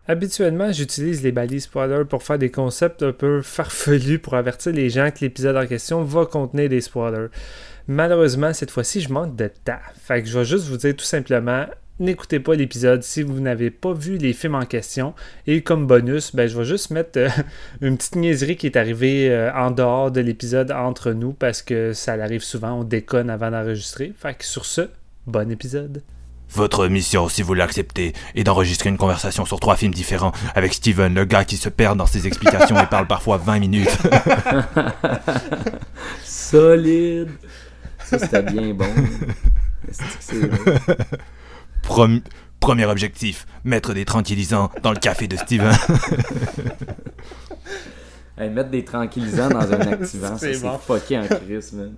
Habituellement, j'utilise les balises spoilers pour faire des concepts un peu farfelus pour avertir les gens que l'épisode en question va contenir des spoilers. Malheureusement, cette fois-ci, je manque de temps. Fait que je vais juste vous dire tout simplement, n'écoutez pas l'épisode si vous n'avez pas vu les films en question. Et comme bonus, je vais juste mettre une petite niaiserie qui est arrivée en dehors de l'épisode entre nous parce que ça arrive souvent, on déconne avant d'enregistrer. Fait que sur ce, bon épisode. Votre mission, si vous l'acceptez, est d'enregistrer une conversation sur 3 films différents avec Steven, le gars qui se perd dans ses explications et parle parfois 20 minutes. Solide! Ça, c'était bien bon. Premier objectif, mettre des tranquillisants dans le café de Steven. Hey, mettre des tranquillisants dans un activant, c'est fucké en crise, man.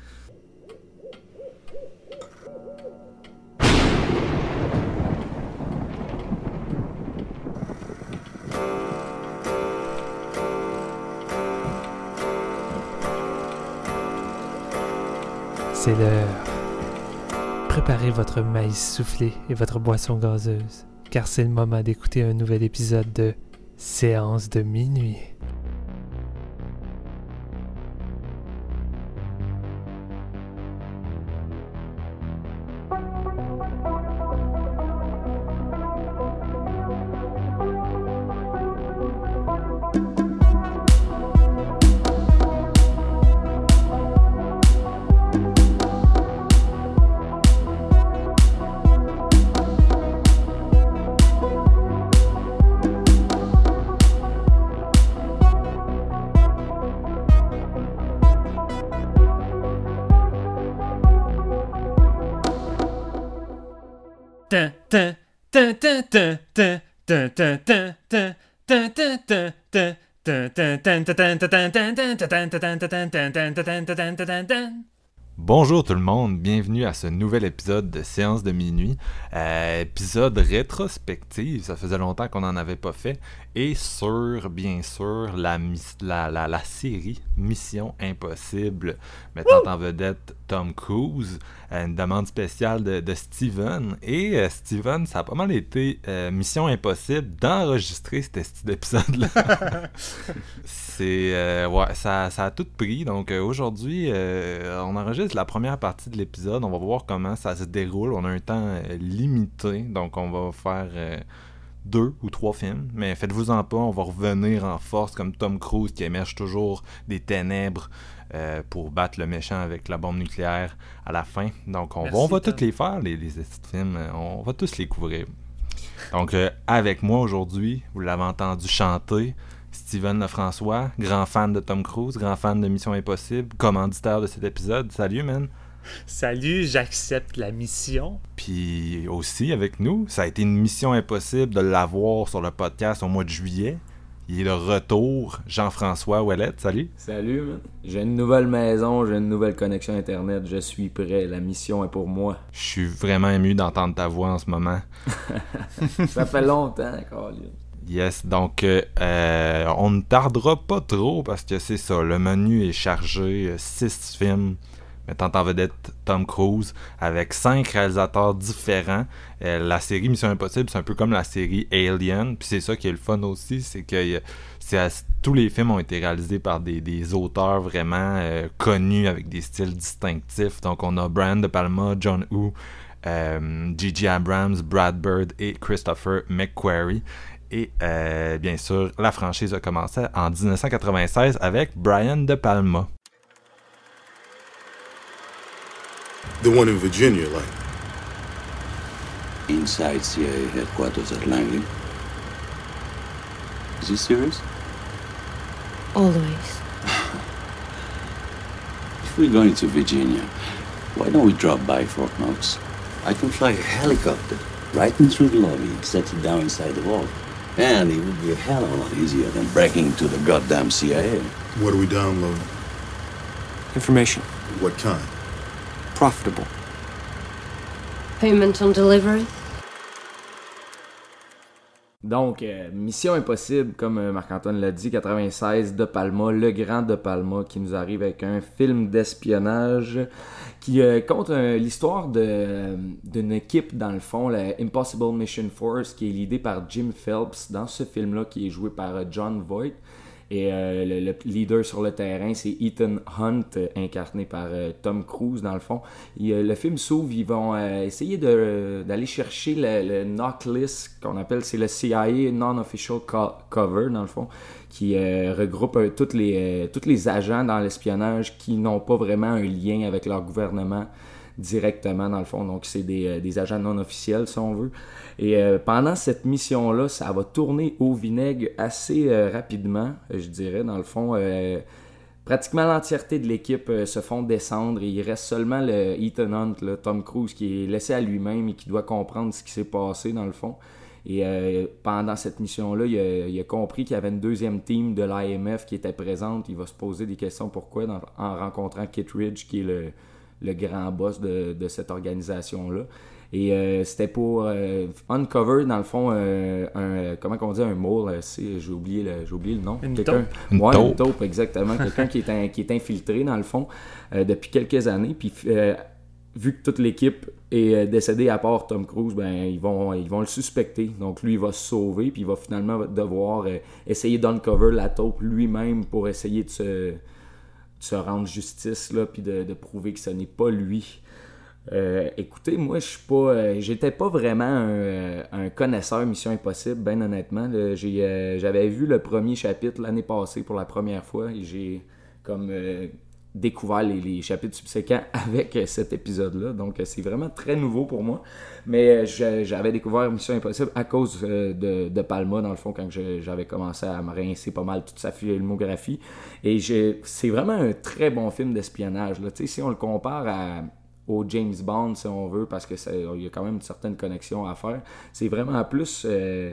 C'est l'heure. Préparez votre maïs soufflé et votre boisson gazeuse, car c'est le moment d'écouter un nouvel épisode de Séance de minuit. Bonjour tout le monde, bienvenue à ce nouvel épisode de Séance de minuit, épisode rétrospective, ça faisait longtemps qu'on n'en avait pas fait, et sur, bien sûr, la série Mission Impossible, mettant en vedette Tom Cruise, une demande spéciale de Steven, et Steven, ça a pas mal été Mission Impossible d'enregistrer cet épisode-là. Ça a tout pris, donc aujourd'hui, on enregistre la première partie de l'épisode, on va voir comment ça se déroule, on a un temps limité, donc on va faire 2 ou 3 films, mais faites-vous-en pas, on va revenir en force comme Tom Cruise qui émerge toujours des ténèbres pour battre le méchant avec la bombe nucléaire à la fin. Donc on va tous les faire, les films, on va tous les couvrir. Donc avec moi aujourd'hui, vous l'avez entendu chanter, Steven Lefrançois, grand fan de Tom Cruise, grand fan de Mission Impossible, commanditaire de cet épisode. Salut, man! Salut, j'accepte la mission. Puis aussi, avec nous, ça a été une mission impossible de l'avoir sur le podcast au mois de juillet. Il est de retour, Jean-François Ouellette. Salut! Salut, man! J'ai une nouvelle maison, j'ai une nouvelle connexion Internet, je suis prêt, la mission est pour moi. Je suis vraiment ému d'entendre ta voix en ce moment. Ça fait longtemps, Colin. Yes, donc on ne tardera pas trop parce que c'est ça, le menu est chargé, 6 films mettant en vedette Tom Cruise avec 5 réalisateurs différents. La série Mission Impossible, c'est un peu comme la série Alien, puis c'est ça qui est le fun aussi, c'est que tous les films ont été réalisés par des auteurs vraiment connus avec des styles distinctifs. Donc on a Brian De Palma, John Woo, J.J. Abrams, Brad Bird et Christopher McQuarrie. Et bien sûr, la franchise a commencé en 1996 avec Brian De Palma. The one in Virginia, like. Inside CIA headquarters at Langley. Is he serious? Always. If we're going to Virginia, why don't we drop by Fort Knox? I can fly a helicopter right in through the lobby and set it down inside the vault. And it would be a hell of a lot easier than breaking into the goddamn CIA. What are we downloading? Information. What kind? Profitable. Payment on delivery? Donc, Mission Impossible, comme Marc-Antoine l'a dit, 96, De Palma, le grand De Palma, qui nous arrive avec un film d'espionnage qui compte l'histoire d'une équipe, dans le fond, la Impossible Mission Force, qui est l'idée par Jim Phelps dans ce film-là, qui est joué par John Voight. Et le leader sur le terrain, c'est Ethan Hunt, incarné par Tom Cruise, dans le fond. Le film s'ouvre, ils vont essayer d'aller chercher le knock list, qu'on appelle, c'est le CIA Non-Official Cover, dans le fond, qui regroupe tous les agents dans l'espionnage qui n'ont pas vraiment un lien avec leur gouvernement directement, dans le fond. Donc, c'est des agents non officiels, si on veut. Et pendant cette mission-là, ça va tourner au vinaigre assez rapidement, je dirais. Dans le fond, pratiquement l'entièreté de l'équipe se font descendre et il reste seulement le Ethan Hunt, là, Tom Cruise, qui est laissé à lui-même et qui doit comprendre ce qui s'est passé, dans le fond. Et pendant cette mission-là, il a compris qu'il y avait une deuxième team de l'IMF qui était présente. Il va se poser des questions pourquoi en rencontrant Kit Ridge, qui est le grand boss de cette organisation-là. Et c'était pour uncover, dans le fond, comment on dit, un mole, j'ai oublié le nom. Une taupe, exactement. Quelqu'un qui est infiltré, dans le fond, depuis quelques années. Puis vu que toute l'équipe est décédée à part Tom Cruise, ben ils vont le suspecter. Donc lui, il va se sauver, puis il va finalement devoir essayer d'uncover la taupe lui-même pour essayer de se rendre justice, là, puis de prouver que ce n'est pas lui. Écoutez, moi, j'étais pas vraiment un connaisseur Mission Impossible, ben honnêtement. J'avais vu le premier chapitre l'année passée pour la première fois et j'ai comme découvert les chapitres subséquents avec cet épisode-là. Donc, c'est vraiment très nouveau pour moi. Mais j'avais découvert Mission Impossible à cause de Palma, dans le fond, quand j'avais commencé à me rincer pas mal toute sa filmographie. Et c'est vraiment un très bon film d'espionnage, là. Tu sais, si on le compare au James Bond, si on veut, parce que il y a quand même une certaine connexion à faire. C'est vraiment plus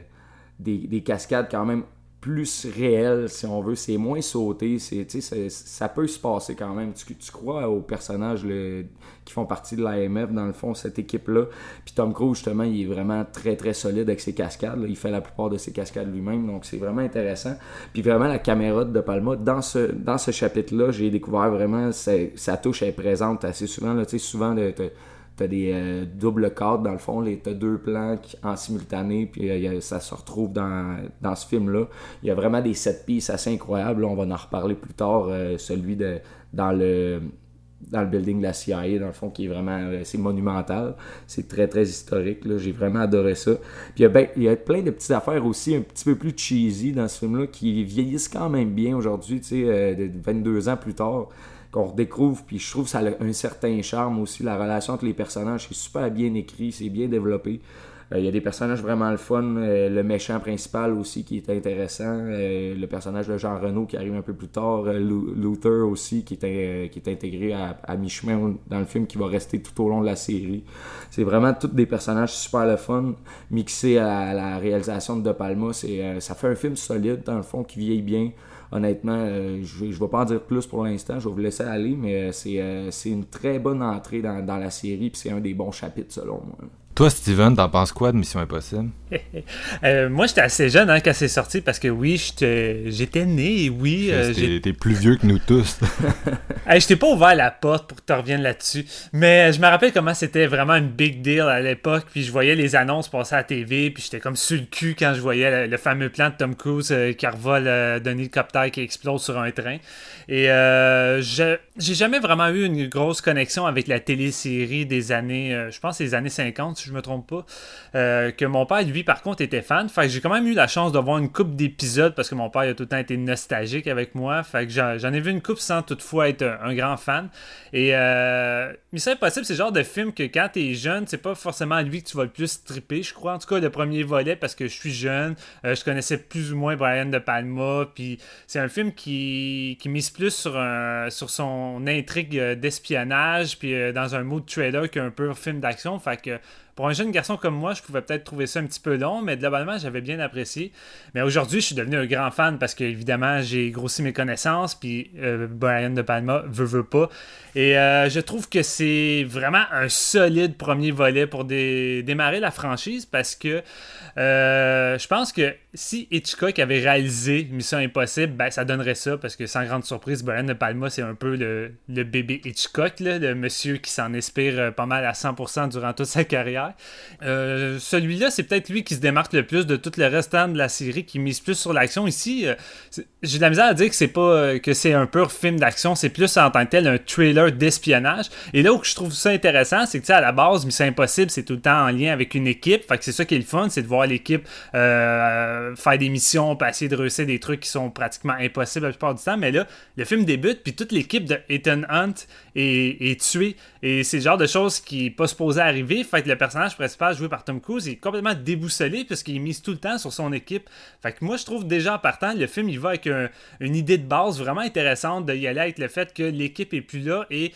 des cascades quand même plus réelles, si on veut. C'est moins sauté. Ça peut se passer quand même. Tu crois aux personnages qui font partie de l'AMF, dans le fond, cette équipe-là. Puis Tom Cruise, justement, il est vraiment très, très solide avec ses cascades, là. Il fait la plupart de ses cascades lui-même, donc c'est vraiment intéressant. Puis vraiment, la caméra de Palma, dans ce chapitre-là, j'ai découvert vraiment, sa touche est présente assez souvent. Là. Tu sais, souvent, t'as des doubles cadres, dans le fond, t'as deux plans en simultané, puis ça se retrouve dans ce film-là. Il y a vraiment des set pieces assez incroyables. Là, on va en reparler plus tard, celui dans le building de la CIA, dans le fond, qui est vraiment c'est monumental. C'est très, très historique. Là. J'ai vraiment adoré ça. Puis il y a plein de petites affaires aussi un petit peu plus cheesy dans ce film-là qui vieillissent quand même bien aujourd'hui, tu sais, 22 ans plus tard, qu'on redécouvre. Puis je trouve que ça a un certain charme aussi. La relation entre les personnages, c'est super bien écrit, c'est bien développé. Il y a des personnages vraiment le fun. Le méchant principal aussi qui est intéressant. Le personnage de Jean Reno qui arrive un peu plus tard. Luther aussi qui est intégré à mi-chemin dans le film, qui va rester tout au long de la série. C'est vraiment tous des personnages super le fun mixés à la réalisation de Palma. Ça fait un film solide dans le fond qui vieillit bien. Honnêtement, je ne vais pas en dire plus pour l'instant, je vais vous laisser aller, mais c'est une très bonne entrée dans la série, puis c'est un des bons chapitres selon moi. Toi, Steven, t'en penses quoi de Mission Impossible? Moi, j'étais assez jeune quand c'est sorti, parce que oui, j'étais né, et oui... T'es plus vieux que nous tous. Je t'ai pas ouvert la porte pour que tu reviennes là-dessus, mais je me rappelle comment c'était vraiment une big deal à l'époque, puis je voyais les annonces passer à la TV, puis j'étais comme sur le cul quand je voyais le fameux plan de Tom Cruise qui revole d'un hélicoptère qui explose sur un train. Et j'ai jamais vraiment eu une grosse connexion avec la télésérie des années, je pense les années 50, si je me trompe pas, que mon père, lui, par contre, était fan. Fait que j'ai quand même eu la chance de voir une couple d'épisodes parce que mon père a tout le temps été nostalgique avec moi. Fait que j'en ai vu une couple sans toutefois être un grand fan. Et Mission Impossible, c'est le genre de film que quand t'es jeune, c'est pas forcément lui que tu vas le plus triper, je crois. En tout cas, le premier volet, parce que je suis jeune, je connaissais plus ou moins Brian De Palma, puis c'est un film qui mise plus sur son intrigue d'espionnage, puis dans un mood trailer qu'un pur film d'action. Fait que pour un jeune garçon comme moi, je pouvais peut-être trouver ça un petit peu long, mais globalement, j'avais bien apprécié. Mais aujourd'hui, je suis devenu un grand fan parce que, évidemment, j'ai grossi mes connaissances, puis Brian De Palma veut pas. Et je trouve que c'est vraiment un solide premier volet pour démarrer la franchise parce que je pense que si Hitchcock avait réalisé Mission Impossible, ben ça donnerait ça parce que sans grande surprise, Brian De Palma c'est un peu le bébé Hitchcock, là, le monsieur qui s'en inspire pas mal à 100% durant toute sa carrière. Celui-là, c'est peut-être lui qui se démarque le plus de tout le restant de la série qui mise plus sur l'action. Ici, j'ai de la misère à dire que c'est pas que c'est un pur film d'action, c'est plus en tant que tel un thriller d'espionnage. Et là où je trouve ça intéressant, c'est que tu sais, à la base, Mission Impossible, c'est tout le temps en lien avec une équipe. Fait que c'est ça qui est le fun, c'est de voir l'équipe faire des missions, puis essayer de réussir des trucs qui sont pratiquement impossibles la plupart du temps. Mais là, le film débute, puis toute l'équipe de Ethan Hunt est tuée. Et c'est le genre de choses qui n'est pas supposé arriver. Fait que le personnage principal joué par Tom Cruise est complètement déboussolé puisqu'il est mis tout le temps sur son équipe. Fait que moi, je trouve déjà en partant, le film, il va avec une idée de base vraiment intéressante d'y aller avec le fait que l'équipe est plus là et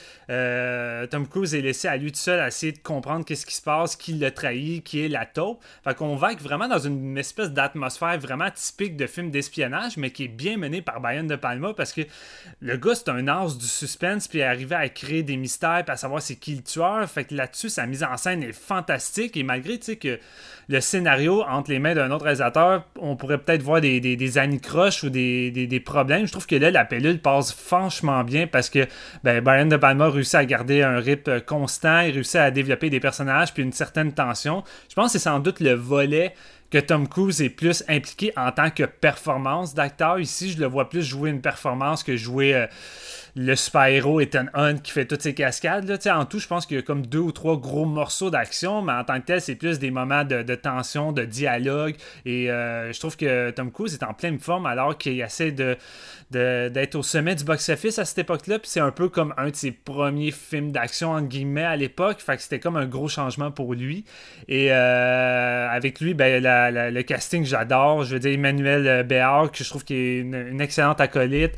Tom Cruise est laissé à lui tout seul à essayer de comprendre qu'est-ce qui se passe, qui l'a trahi, qui est la taupe. Fait qu'on va être vraiment dans une espèce d'atmosphère vraiment typique de film d'espionnage, mais qui est bien mené par Brian De Palma parce que le gars, c'est un as du suspense, puis arriver à créer des mystères, puis à savoir c'est qui le tueur. Fait que là-dessus, sa mise en scène est fantastique. Et malgré, tu sais, que le scénario entre les mains d'un autre réalisateur, on pourrait peut-être voir des anicroches ou des problèmes. Je trouve que là, la pilule passe franchement bien parce que Brian De Palma réussit à garder un rythme constant, il réussit à développer des personnages puis une certaine tension. Je pense que c'est sans doute le volet que Tom Cruise est plus impliqué en tant que performance d'acteur. Ici, je le vois plus jouer une performance que jouer le super-héros Ethan Hunt qui fait toutes ses cascades. Là. En tout, je pense qu'il y a comme 2 ou 3 gros morceaux d'action, mais en tant que tel, c'est plus des moments de tension, de dialogue. Et je trouve que Tom Cruise est en pleine forme alors qu'il essaie d'être au sommet du box-office à cette époque-là. Puis c'est un peu comme un de ses premiers films d'action, entre guillemets, à l'époque. Fait que c'était comme un gros changement pour lui. Et avec lui, le casting, j'adore. Je veux dire, Emmanuel Béard, que je trouve qu'il est une excellente acolyte.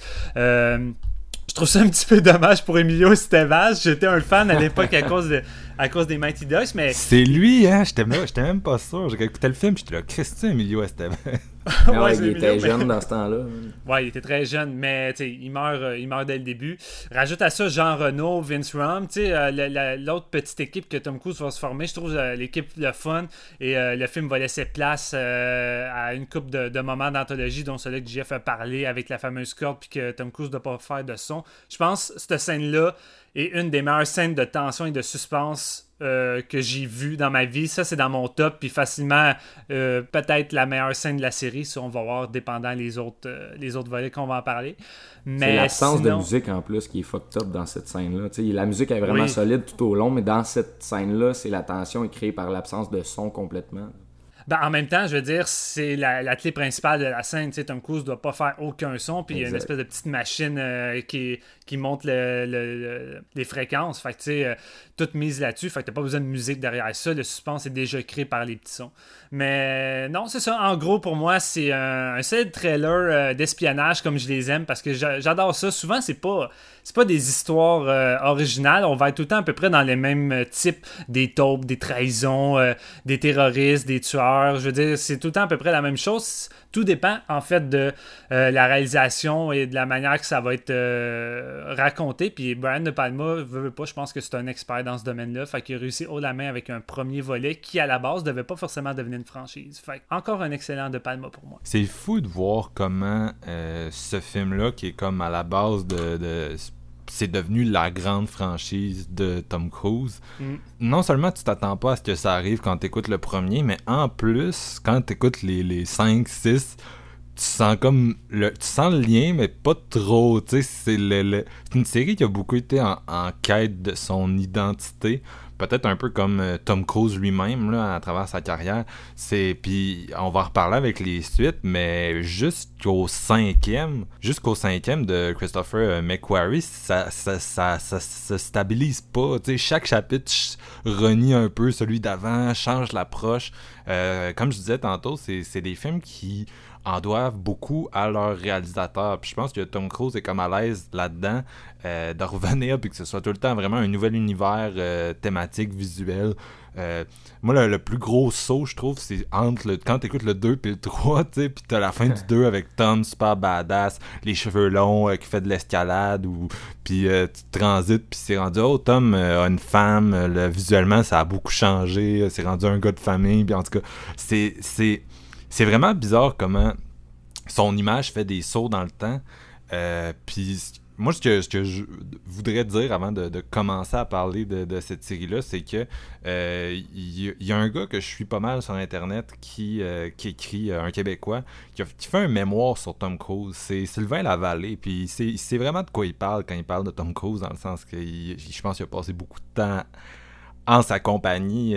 Je trouve ça un petit peu dommage pour Emilio Estevez. J'étais un fan à l'époque à cause des Mighty Ducks, mais... C'est lui, hein? J'étais même pas sûr. J'ai écouté le film, j'étais là, Christian Emilio Estevez. Ouais, il était jeune dans ce temps-là. Ouais, il était très jeune, mais il meurt dès le début. Rajoute à ça Jean Reno, Vince Vaughn, l'autre petite équipe que Tom Cruise va se former. Je trouve l'équipe le fun et le film va laisser place à une couple de moments d'anthologie, dont celui que Jeff a parlé avec la fameuse corde puis que Tom Cruise ne doit pas faire de son. Je pense que cette scène-là est une des meilleures scènes de tension et de suspense que j'ai vu dans ma vie. Ça, c'est dans mon top, puis facilement peut-être la meilleure scène de la série, si on va voir, dépendant les autres volets qu'on va en parler. Mais c'est l'absence sinon... de musique en plus qui est fucked up dans cette scène-là. T'sais, la musique est vraiment solide tout au long, mais dans cette scène-là, c'est la tension est créée par l'absence de son complètement. En même temps, je veux dire, c'est la clé principale de la scène. Tom Cruise ne doit pas faire aucun son, puis il y a une espèce de petite machine qui monte les fréquences. Fait que toute mise là-dessus, fait que t'as pas besoin de musique derrière ça. Le suspense est déjà créé par les petits sons. Mais non, c'est ça. En gros, pour moi, c'est un solide trailer d'espionnage comme je les aime parce que j'adore ça. Souvent, c'est pas des histoires originales. On va être tout le temps à peu près dans les mêmes types, des taupes, des trahisons, des terroristes, des tueurs. Je veux dire, c'est tout le temps à peu près la même chose. Tout dépend, en fait, de la réalisation et de la manière que ça va être raconté. Puis Brian De Palma, veut pas, je pense que c'est un expert dans ce domaine-là. Fait qu'il a réussi haut la main avec un premier volet qui, à la base, devait pas forcément devenir une franchise. Fait encore un excellent De Palma pour moi. C'est fou de voir comment ce film-là, qui est comme à la base de c'est devenu la grande franchise de Tom Cruise. Non seulement tu t'attends pas à ce que ça arrive quand t'écoutes le premier, mais en plus, quand t'écoutes les 5, 6, tu sens le lien, mais pas trop. Tu sais, c'est une série qui a beaucoup été en quête de son identité. Peut-être un peu comme Tom Cruise lui-même là, à travers sa carrière. Puis on va reparler avec les suites, mais jusqu'au cinquième de Christopher McQuarrie, ça se stabilise pas. T'sais, chaque chapitre renie un peu celui d'avant, change l'approche. Comme je disais tantôt, c'est des films qui en doivent beaucoup à leur réalisateur. Puis je pense que Tom Cruise est comme à l'aise là-dedans de revenir puis que ce soit tout le temps vraiment un nouvel univers thématique, visuel. Moi, le plus gros saut, je trouve, c'est quand t'écoutes le 2 puis le 3, tu sais, puis t'as la fin du 2 avec Tom, super badass, les cheveux longs, qui fait de l'escalade, puis tu transites, puis c'est rendu, Tom a une femme, visuellement, ça a beaucoup changé, c'est rendu un gars de famille, puis en tout cas, c'est vraiment bizarre comment son image fait des sauts dans le temps, puis... Moi, ce que je voudrais dire avant de commencer à parler de cette série-là, c'est que y a un gars que je suis pas mal sur Internet qui écrit, un Québécois, qui fait un mémoire sur Tom Cruise. C'est Sylvain Lavallée, puis il sait vraiment de quoi il parle quand il parle de Tom Cruise, dans le sens que je pense qu'il a passé beaucoup de temps en sa compagnie...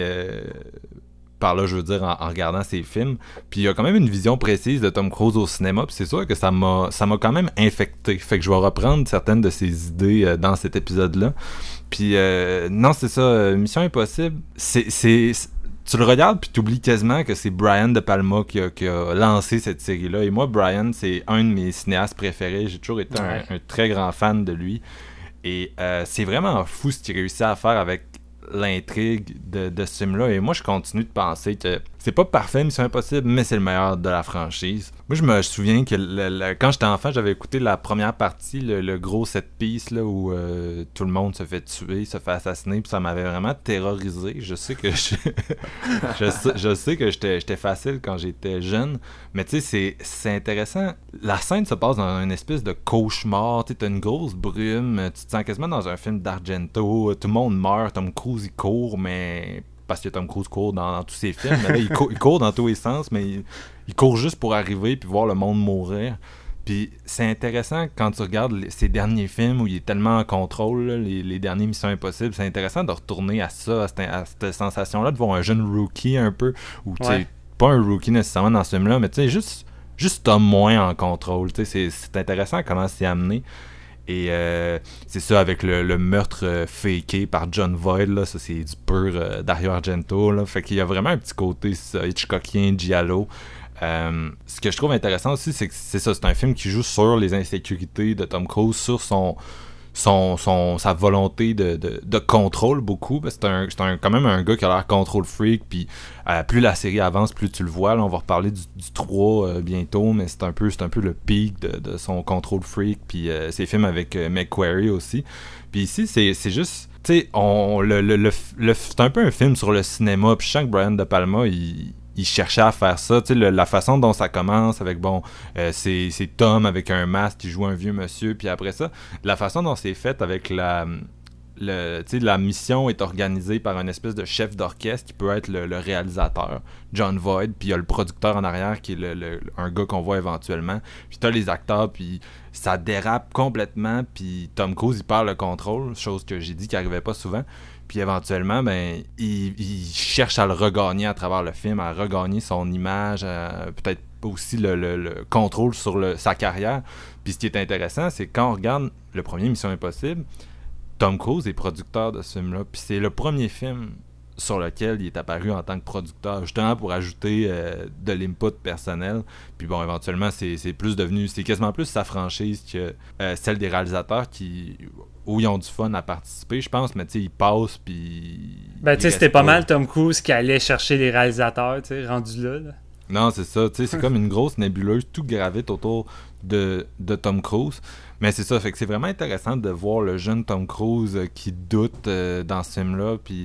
par là, je veux dire, en regardant ses films. Puis il y a quand même une vision précise de Tom Cruise au cinéma, puis c'est sûr que ça m'a quand même infecté. Fait que je vais reprendre certaines de ses idées dans cet épisode-là. Puis non, c'est ça, Mission Impossible, tu le regardes puis t'oublies quasiment que c'est Brian De Palma qui a lancé cette série-là. Et moi, Brian, c'est un de mes cinéastes préférés. J'ai toujours été un très grand fan de lui. Et c'est vraiment fou ce qu'il réussit à faire avec l'intrigue de ce film-là, et moi je continue de penser que c'est pas parfait Mission Impossible, mais c'est le meilleur de la franchise. Moi je me souviens que quand j'étais enfant, j'avais écouté la première partie, le gros set piece là, où tout le monde se fait tuer, se fait assassiner, puis ça m'avait vraiment terrorisé. Je sais que je sais que j'étais facile quand j'étais jeune, mais tu sais c'est intéressant. La scène se passe dans une espèce de cauchemar, tu sais, t'as une grosse brume, tu te sens quasiment dans un film d'Argento, tout le monde meurt, Tom Cruise il court, mais parce que Tom Cruise court dans tous ses films, mais là, il court dans tous les sens, mais il court juste pour arriver puis voir le monde mourir. Puis c'est intéressant quand tu regardes ses derniers films où il est tellement en contrôle, là, les derniers Missions Impossibles, c'est intéressant de retourner à ça, à cette sensation-là, de voir un jeune rookie un peu, ou tu sais, pas un rookie nécessairement dans ce film-là, mais tu sais, juste Tom moins en contrôle, tu sais, c'est intéressant comment c'est amené. Et c'est ça, avec le meurtre faké par John Voight, là, ça c'est du pur Dario Argento, là, fait qu'il y a vraiment un petit côté ça, Hitchcockien, giallo. Ce que je trouve intéressant aussi, c'est que c'est un film qui joue sur les insécurités de Tom Cruise, sur sa volonté de contrôle beaucoup, parce que c'est quand même un gars qui a l'air control freak, puis plus la série avance, plus tu le vois. Là, on va reparler du 3 bientôt, mais c'est un peu le pic de son control freak, puis ses films avec McQuarrie aussi. Puis ici, c'est juste, tu sais, c'est un peu un film sur le cinéma, puis je sens que Brian De Palma, il cherchait à faire ça, tu sais, la façon dont ça commence avec, c'est Tom avec un masque qui joue un vieux monsieur, puis après ça, la façon dont c'est fait avec la mission est organisée par un espèce de chef d'orchestre qui peut être le réalisateur, John Voight, puis il y a le producteur en arrière qui est un gars qu'on voit éventuellement, puis t'as les acteurs, puis ça dérape complètement, puis Tom Cruise il perd le contrôle, chose que j'ai dit qui arrivait pas souvent. Puis éventuellement, il cherche à le regagner à travers le film, à regagner son image, peut-être aussi le contrôle sur sa carrière. Puis ce qui est intéressant, c'est quand on regarde le premier Mission Impossible, Tom Cruise est producteur de ce film-là. Puis c'est le premier film sur lequel il est apparu en tant que producteur, justement pour ajouter de l'input personnel. Puis bon, éventuellement, c'est quasiment plus sa franchise que celle des réalisateurs où ils ont du fun à participer, je pense, mais tu sais, ils passent, puis... Ben, tu sais, c'était pas mal Tom Cruise qui allait chercher les réalisateurs, tu sais, rendu là. Non, c'est ça, tu sais, c'est comme une grosse nébuleuse, tout gravite autour de Tom Cruise. Mais c'est ça, fait que c'est vraiment intéressant de voir le jeune Tom Cruise qui doute dans ce film-là, puis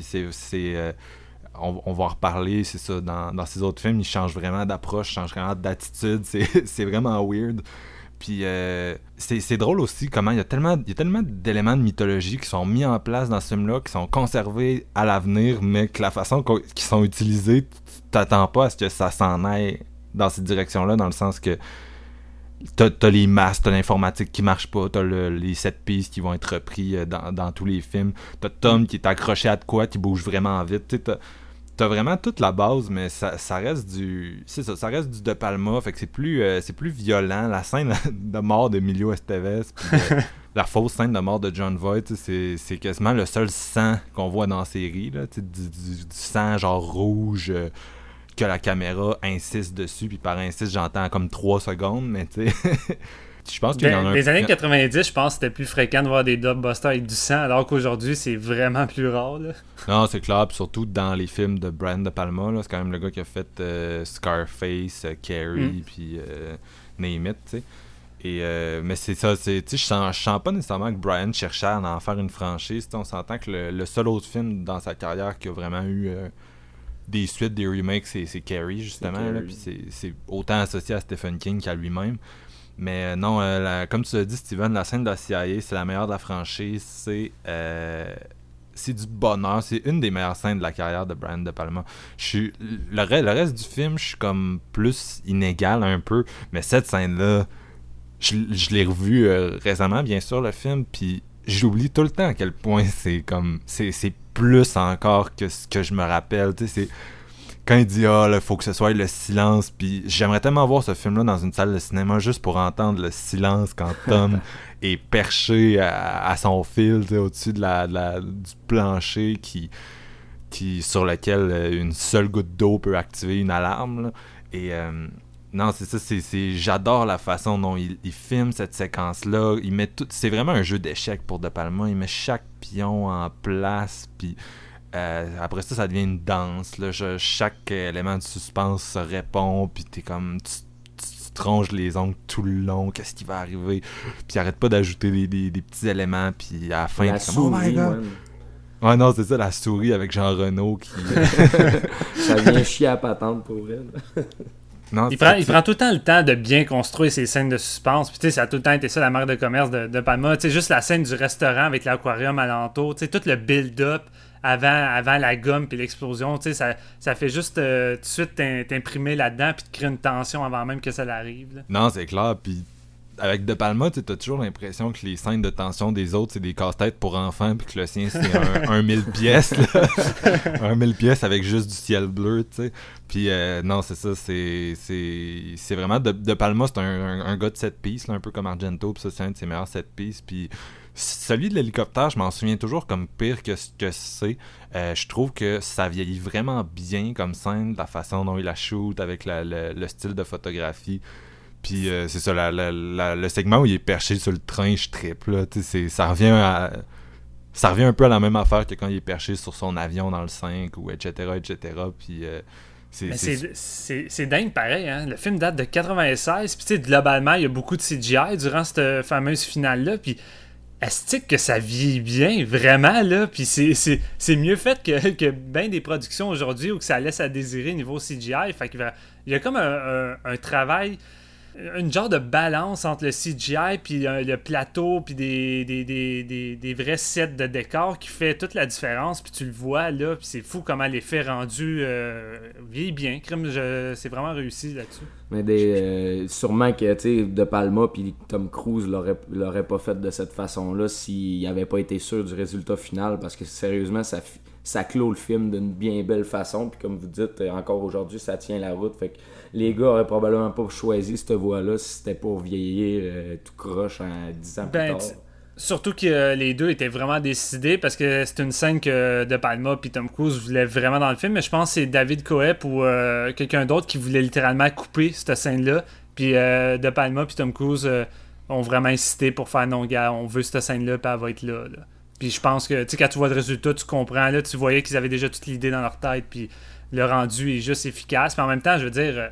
on va en reparler, c'est ça, dans ses autres films, il change vraiment d'approche, il change vraiment d'attitude, c'est vraiment weird. Puis c'est drôle aussi comment il y a tellement d'éléments de mythologie qui sont mis en place dans ce film-là, qui sont conservés à l'avenir, mais que la façon qu'ils sont utilisés, tu t'attends pas à ce que ça s'en aille dans cette direction-là, dans le sens que t'as les masques, t'as l'informatique qui marche pas, t'as les set pieces qui vont être repris dans tous les films, t'as Tom qui est accroché à de quoi, qui bouge vraiment vite, tu sais, t'as vraiment toute la base, mais ça reste ça reste du De Palma, fait que c'est plus violent. La scène de mort d'Emilio Estevez, puis la fausse scène de mort de John Voight, c'est quasiment le seul sang qu'on voit dans la série, là, du sang genre rouge que la caméra insiste dessus, puis par insiste j'entends comme 3 secondes, mais tu sais... je pense qu'il y en a les années 90, je pense que c'était plus fréquent de voir des blockbusters avec du sang, alors qu'aujourd'hui, c'est vraiment plus rare. Là. Non, c'est clair, puis surtout dans les films de Brian De Palma, là, c'est quand même le gars qui a fait Scarface, Carrie, puis Name It, tu sais. Mais c'est ça, je sens pas nécessairement que Brian cherchait à en faire une franchise. On s'entend que le seul autre film dans sa carrière qui a vraiment eu des suites, des remakes, c'est Carrie, justement. Là, puis c'est autant associé à Stephen King qu'à lui-même. Mais non, comme tu l'as dit, Steven, la scène de la CIA, c'est la meilleure de la franchise. C'est du bonheur. C'est une des meilleures scènes de la carrière de Brian De Palma. Le reste du film, je suis comme plus inégal un peu. Mais cette scène-là, je l'ai revu récemment, bien sûr, le film, puis j'oublie tout le temps à quel point c'est plus encore que ce que je me rappelle. Tu sais, c'est quand il dit là, faut que ce soit le silence, puis j'aimerais tellement voir ce film-là dans une salle de cinéma juste pour entendre le silence quand Tom est perché à son fil, tu sais, au-dessus du plancher sur lequel une seule goutte d'eau peut activer une alarme, là. Et non, c'est ça, j'adore la façon dont il filme cette séquence-là. Il met c'est vraiment un jeu d'échecs pour De Palma. Il met chaque pion en place, puis après ça devient une danse. Là. Chaque élément de suspense se répond, puis t'es comme... Tu tronches les ongles tout le long, qu'est-ce qui va arriver? Puis arrête pas d'ajouter des petits éléments, puis à la fin, la t'es comme « Oh my God! » Ouais, non, c'est ça, la souris avec Jean Reno qui... Ça vient chier à patente pour elle. Non, il prend tout le temps le temps de bien construire ses scènes de suspense. Puis tu sais, ça a tout le temps été ça la marque de commerce de Palma. Tu sais, juste la scène du restaurant avec l'aquarium alentour. Tu sais, tout le build-up avant la gomme puis l'explosion. Tu sais, ça fait juste tout de suite t'imprimer là-dedans puis te créer une tension avant même que ça l'arrive. Là. Non, c'est clair. Puis avec De Palma, tu as toujours l'impression que les scènes de tension des autres, c'est des casse-têtes pour enfants, puis que le sien, c'est un 1000 pièces, là. Un 1000 pièces avec juste du ciel bleu, tu sais. Puis non, c'est ça, c'est vraiment... De Palma, c'est un gars de 7 pistes, là, un peu comme Argento, puis ça, c'est un de ses meilleurs 7 pistes, puis celui de l'hélicoptère, je m'en souviens toujours comme pire que ce que c'est. Je trouve que ça vieillit vraiment bien comme scène, la façon dont il la shoot, avec le style de photographie. Puis c'est ça, le segment où il est perché sur le train, je trippe, là. Ça revient un peu à la même affaire que quand il est perché sur son avion dans le 5, ou etc. Puis... c'est dingue pareil, hein? Le film date de 96, puis tu sais, globalement, il y a beaucoup de CGI durant cette fameuse finale-là, puis astique que ça vieillit bien, vraiment, là, puis c'est mieux fait que bien des productions aujourd'hui où que ça laisse à désirer niveau CGI, fait qu'il y a comme un travail, une genre de balance entre le CGI puis le plateau puis des vrais sets de décors qui fait toute la différence, puis tu le vois là, puis c'est fou comment l'effet rendu vieillit bien. C'est vraiment réussi là-dessus. Mais sûrement que tu sais, De Palma puis Tom Cruise l'aurait pas fait de cette façon-là s'il avait pas été sûr du résultat final, parce que sérieusement ça clôt le film d'une bien belle façon, puis comme vous dites, encore aujourd'hui ça tient la route, fait que les gars auraient probablement pas choisi cette voie-là si c'était pour vieillir tout croche en 10 ans plus tard. Surtout que les deux étaient vraiment décidés, parce que c'est une scène que De Palma et Tom Cruise voulaient vraiment dans le film, mais je pense que c'est David Coep ou quelqu'un d'autre qui voulait littéralement couper cette scène-là, puis De Palma et Tom Cruise ont vraiment insisté pour faire non, gars, on veut cette scène-là, puis elle va être là. Puis je pense que, tu sais, quand tu vois le résultat, tu comprends, là, tu voyais qu'ils avaient déjà toute l'idée dans leur tête, puis le rendu est juste efficace. Mais en même temps, je veux dire,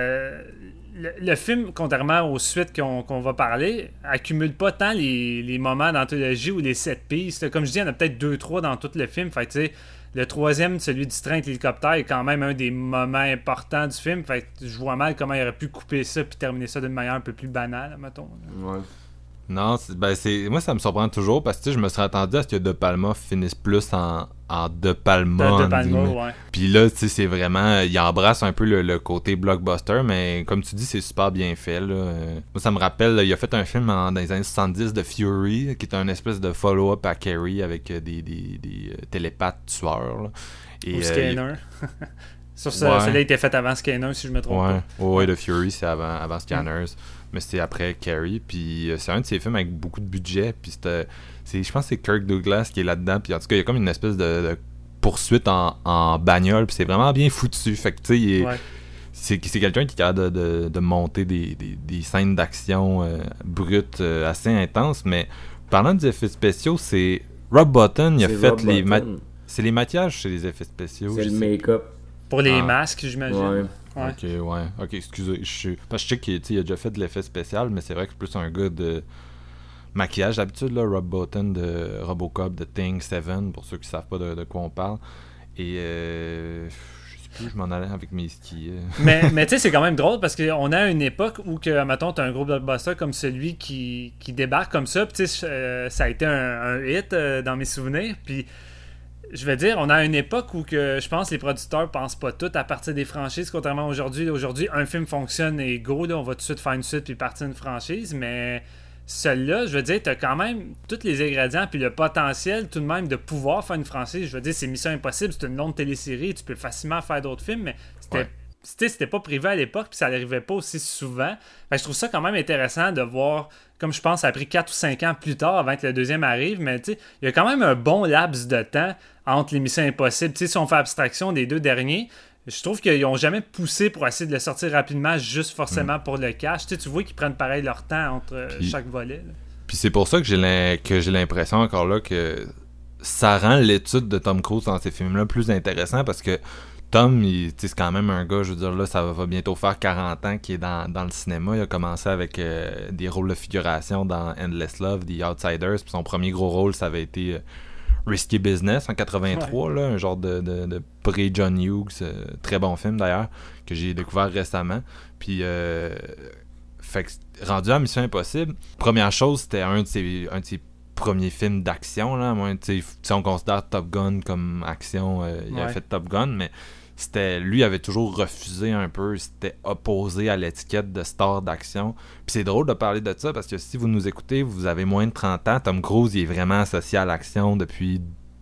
le film, contrairement aux suites qu'on va parler, accumule pas tant les moments d'anthologie ou les 7 pistes. Comme je dis, il y en a peut-être 2-3 dans tout le film. Fait que, tu sais, le troisième, celui du train avec l'hélicoptère, est quand même un des moments importants du film. Fait que je vois mal comment il aurait pu couper ça puis terminer ça d'une manière un peu plus banale, mettons. Ouais. Non, moi ça me surprend toujours, parce que je me serais attendu à ce que De Palma finisse plus en De Palma. De Palma, ouais. Puis là, tu sais, c'est vraiment... il embrasse un peu le côté blockbuster, mais comme tu dis, c'est super bien fait, là. Moi, ça me rappelle, là, il a fait un film dans les années 70 de Fury, qui est un espèce de follow-up à Carrie avec des télépathes tueurs, là. Ou Scanner. Sur ça, celui-là était fait avant Scanner, si je me trompe pas. Ouais, The Fury, c'est avant Scanners. Mais c'était après Carrie, puis c'est un de ces films avec beaucoup de budget, puis je pense que c'est Kirk Douglas qui est là-dedans, puis en tout cas il y a comme une espèce de poursuite en bagnole, puis c'est vraiment bien foutu, fait que tu sais c'est quelqu'un qui est capable de monter des scènes d'action brutes assez intenses, mais parlant des effets spéciaux, c'est Rob Bottin, il a fait c'est les maquillages, c'est les effets spéciaux. C'est le make-up. Pour les masques, j'imagine. Ouais. Ok, excusez. Parce que je sais qu'il a déjà fait de l'effet spécial, mais c'est vrai que c'est plus un gars de maquillage. D'habitude, là, Rob Bottin de Robocop, de Thing, Seven, pour ceux qui savent pas de quoi on parle. Et je sais plus, je m'en allais avec mes skis. Mais tu sais, c'est quand même drôle parce qu'on a une époque où, mettons, t'as un gros blockbuster comme celui qui débarque comme ça. Puis tu sais, ça a été un hit dans mes souvenirs. Puis je veux dire, on a une époque où que je pense les producteurs pensent pas tout à partir des franchises, contrairement à aujourd'hui. Aujourd'hui, un film fonctionne et go, là, on va tout de suite faire une suite puis partir une franchise, mais celui-là, je veux dire, t'as quand même tous les ingrédients puis le potentiel tout de même de pouvoir faire une franchise. Je veux dire, c'est Mission Impossible, c'est une longue télésérie, tu peux facilement faire d'autres films, mais c'était pas privé à l'époque puis ça n'arrivait pas aussi souvent. Fait que je trouve ça quand même intéressant de voir, comme je pense, ça a pris 4 ou 5 ans plus tard avant que le deuxième arrive, mais tu sais, il y a quand même un bon laps de temps entre les Missions Impossibles. Tu sais, si on fait abstraction des deux derniers, je trouve qu'ils n'ont jamais poussé pour essayer de le sortir rapidement, juste forcément pour le cash. Tu sais, tu vois qu'ils prennent pareil leur temps entre chaque volet. Là. Puis c'est pour ça que j'ai l'impression encore là que ça rend l'étude de Tom Cruise dans ces films-là plus intéressant parce que Tom, c'est quand même un gars, je veux dire, là, ça va bientôt faire 40 ans qu'il est dans le cinéma. Il a commencé avec des rôles de figuration dans Endless Love, The Outsiders, puis son premier gros rôle, ça avait été Risky Business en 83, là, un genre de pré-John Hughes, très bon film d'ailleurs, que j'ai découvert récemment. Puis, fait que, rendu à Mission Impossible, première chose, c'était un de ses premiers films d'action, là. Moi, si on considère Top Gun comme action, il a fait Top Gun, mais lui avait toujours refusé un peu, c'était opposé à l'étiquette de star d'action. Puis c'est drôle de parler de ça parce que si vous nous écoutez, vous avez moins de 30 ans, Tom Cruise il est vraiment associé à l'action depuis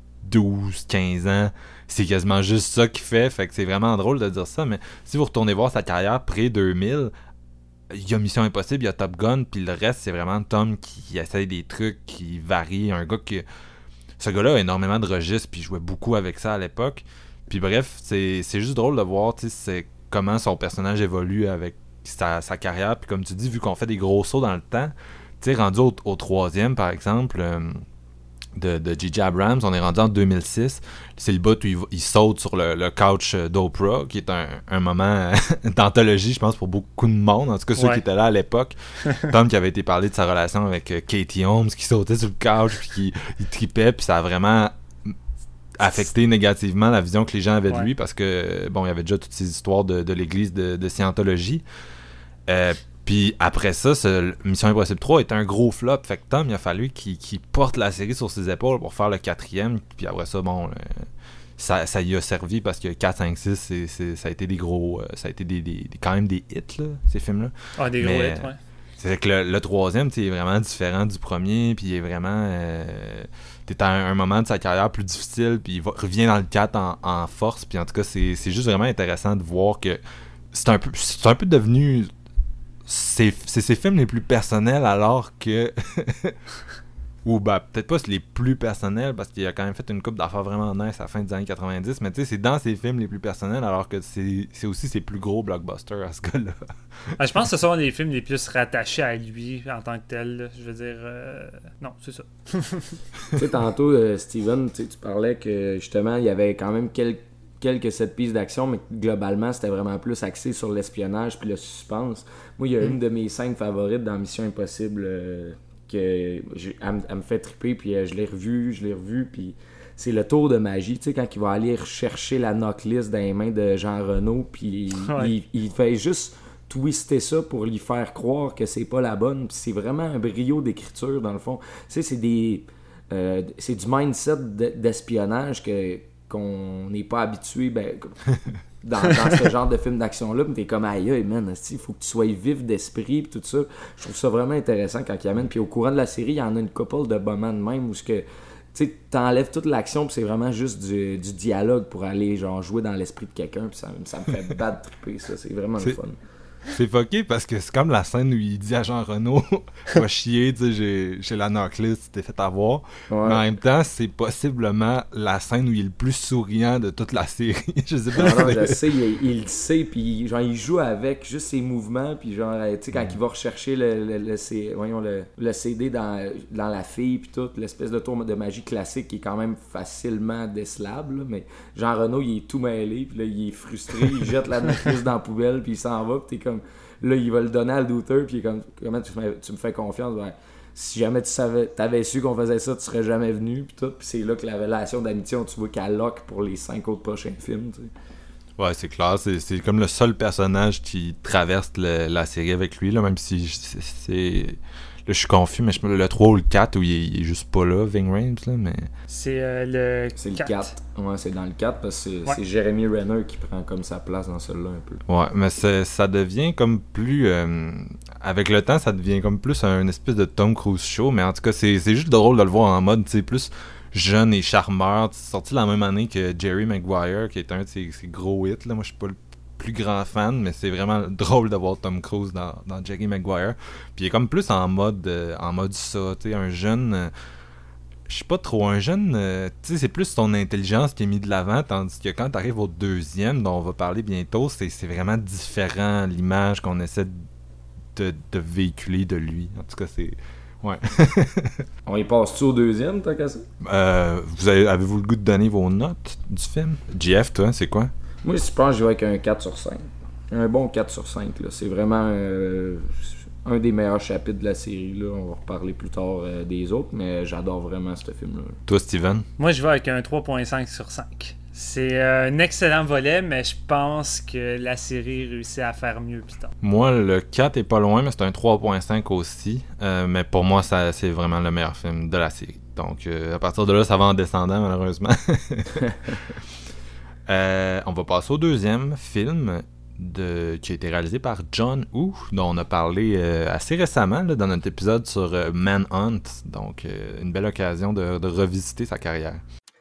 12-15 ans. C'est quasiment juste ça qu'il fait que c'est vraiment drôle de dire ça, mais si vous retournez voir sa carrière pré-2000, il y a Mission Impossible, il y a Top Gun, puis le reste, c'est vraiment Tom qui essaye des trucs, qui varie. Ce gars-là a énormément de registres, puis il jouait beaucoup avec ça à l'époque. Puis bref, c'est juste drôle de voir comment son personnage évolue avec sa carrière. Puis comme tu dis, vu qu'on fait des gros sauts dans le temps, rendu au troisième, par exemple, de J.J. Abrams, on est rendu en 2006. C'est le bout où il saute sur le couch d'Oprah, qui est un moment d'anthologie, je pense, pour beaucoup de monde, en tout cas ceux qui étaient là à l'époque. Tom qui avait été parlé de sa relation avec Katie Holmes, qui sautait sur le couch, puis qui tripait, puis ça a vraiment affecté négativement la vision que les gens avaient de lui, parce que, bon, il y avait déjà toutes ces histoires de l'église de Scientologie. Puis après ça, Mission Impossible 3 était un gros flop. Fait que Tom, il a fallu qu'il porte la série sur ses épaules pour faire le 4e. Puis après ça, bon, ça y a servi parce que 4, 5, 6, ça a été des gros... ça a été quand même des hits, là, ces films-là. Ah, des gros hits, ouais. C'est que le 3e, est vraiment différent du premier. Puis il est vraiment... t'es à un moment de sa carrière plus difficile. Puis il revient dans le 4 en force. Puis en tout cas, c'est juste vraiment intéressant de voir que c'est un peu devenu... C'est ses films les plus personnels alors que ou peut-être pas les plus personnels parce qu'il a quand même fait une couple d'affaires vraiment nice à la fin des années 90, mais tu sais c'est dans ses films les plus personnels alors que c'est aussi ses plus gros blockbusters à ce gars-là. Je pense que ce sont les films les plus rattachés à lui en tant que tel, là. Je veux dire non, c'est ça. Tu sais tantôt Steven, tu parlais que justement il y avait quand même quelques set pieces d'action, mais globalement, c'était vraiment plus axé sur l'espionnage puis le suspense. Moi, il y a une de mes scènes favorites dans Mission Impossible elle me fait triper, puis je l'ai revu, puis c'est le tour de magie, tu sais, quand il va aller rechercher la knocklist dans les mains de Jean Reno, puis il fait juste twister ça pour lui faire croire que c'est pas la bonne, puis c'est vraiment un brio d'écriture, dans le fond. Tu sais, c'est du mindset d'espionnage qu'on n'est pas habitué dans ce genre de film d'action-là, mais t'es comme aïe, man, il faut que tu sois vif d'esprit pis tout ça. Je trouve ça vraiment intéressant quand il amène. Puis au courant de la série, il y en a une couple de moments de même où tu t'enlèves toute l'action pis c'est vraiment juste du dialogue pour aller genre jouer dans l'esprit de quelqu'un, pis ça me fait bad tripper, ça. C'est vraiment le fun. C'est fucké parce que c'est comme la scène où il dit à Jean Reno va chier, tu sais, j'ai la knocklist, tu t'es fait avoir. Ouais. Mais en même temps, c'est possiblement la scène où il est le plus souriant de toute la série. Je sais pas. Non, je sais, il le sait, puis genre, il joue avec juste ses mouvements, puis genre, tu sais, quand il va rechercher le CD dans la fille, puis tout, l'espèce de tour de magie classique qui est quand même facilement décelable, là, mais Jean Reno, il est tout mêlé, puis là, il est frustré, il jette la matrice dans la poubelle, puis il s'en va, puis t'es comme, là, il va le donner à le douteur, puis il est comme, comment tu me fais confiance? Ben, si jamais t'avais su qu'on faisait ça, tu serais jamais venu, puis tout, puis c'est là que la relation d'amitié, tu vois qu'elle lock pour les 5 autres prochains films, tu sais. Ouais, c'est clair, c'est comme le seul personnage qui traverse la série avec lui, là, même si c'est... Là, je suis confus, mais le 3 ou le 4 où il est juste pas là, Ving Rhames, là, mais... C'est le 4. C'est le 4. Ouais, c'est dans le 4 parce que c'est Jeremy Renner qui prend comme sa place dans celui-là un peu. Ouais, mais ça devient comme plus... avec le temps, ça devient comme plus un espèce de Tom Cruise show, mais en tout cas, c'est juste drôle de le voir en mode, tu sais, plus jeune et charmeur. C'est sorti la même année que Jerry Maguire, qui est un de ses gros hits, là. Moi, je suis pas le plus grand fan, mais c'est vraiment drôle de voir Tom Cruise dans Jerry Maguire. Puis il est comme plus en mode ça, tu sais, un jeune... je sais pas trop, un jeune, tu sais, c'est plus son intelligence qui est mis de l'avant, tandis que quand t'arrives au deuxième, dont on va parler bientôt, c'est vraiment différent, l'image qu'on essaie de véhiculer de lui. En tout cas, c'est... Ouais. On y passe-tu au deuxième, tant qu'à ça? Avez-vous le goût de donner vos notes du film? JF, toi, c'est quoi? Moi, je pense que je vais avec un 4 sur 5. Un bon 4 sur 5, là. C'est vraiment un des meilleurs chapitres de la série, là. On va reparler plus tard des autres, mais j'adore vraiment ce film-là. Toi, Steven? Moi, je vais avec un 3.5 sur 5. C'est un excellent volet, mais je pense que la série réussit à faire mieux plus tard. Moi, le 4 est pas loin, mais c'est un 3.5 aussi. Mais pour moi, c'est vraiment le meilleur film de la série. Donc, à partir de là, ça va en descendant, malheureusement. On va passer au deuxième film qui a été réalisé par John Woo, dont on a parlé assez récemment là, dans notre épisode sur Manhunt. Donc, une belle occasion de revisiter sa carrière.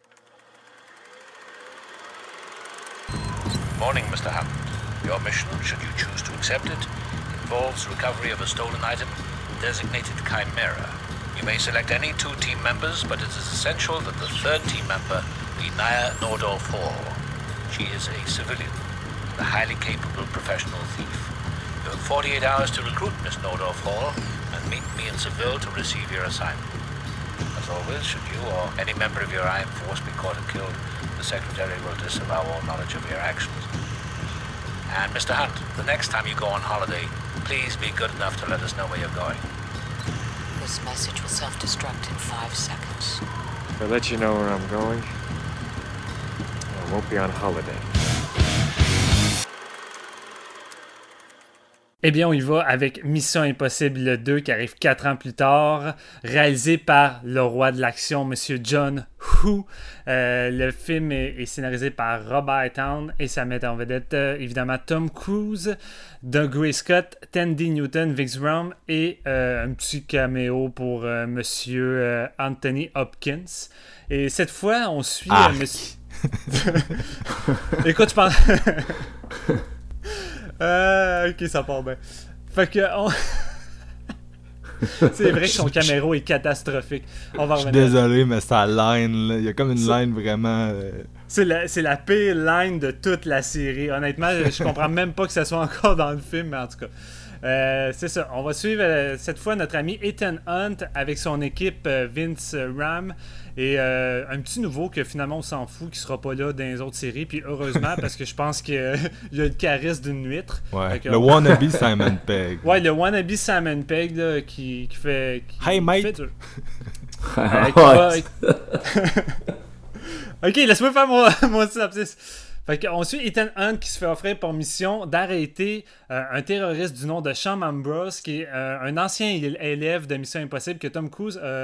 Morning, Mr. Hammond. Your mission, should you choose to accept it, involves recovery of a stolen item designated Chimera. You may select any 2 team members, but it is essential that the 3rd team member be Naya Nordorf Hall. She is a civilian and a highly capable professional thief. You have 48 hours to recruit Miss Nordorf Hall and meet me in Seville to receive your assignment. As always, should you or any member of your IM force be caught and killed, the Secretary will disavow all knowledge of your actions. And Mr. Hunt, the next time you go on holiday, please be good enough to let us know where you're going. This message will self-destruct in 5 seconds. I'll let you know where I'm going. I won't be on holiday. Eh bien, on y va avec Mission Impossible 2 qui arrive 4 ans plus tard, réalisé par le roi de l'action, Monsieur John Woo. Le film est scénarisé par Robert Towne et ça met en vedette évidemment Tom Cruise, Doug Gray Scott, Tandy Newton, Vince Vaughn et un petit caméo pour Monsieur Anthony Hopkins. Et cette fois, on suit Monsieur... Écoute, je pense... ok, ça part bien. Fait que c'est vrai que son caméro est catastrophique. On va Je suis désolé, mais sa line, là, il y a comme une line vraiment... C'est la pire line de toute la série. Honnêtement, je comprends même pas que ça soit encore dans le film, mais en tout cas. C'est ça. On va suivre cette fois notre ami Ethan Hunt avec son équipe Vince Ram et un petit nouveau que finalement on s'en fout qui sera pas là dans les autres séries, puis heureusement parce que je pense qu'il a le charisme d'une huître. Ouais, le wannabe Simon Pegg. Ouais, le wannabe Simon Pegg là, qui fait... Hey mate! Ok, laisse-moi faire mon synopsis. Fait qu'on suit Ethan Hunt qui se fait offrir pour mission d'arrêter un terroriste du nom de Sean Ambrose, qui est un ancien élève de Mission Impossible que Tom Cruise a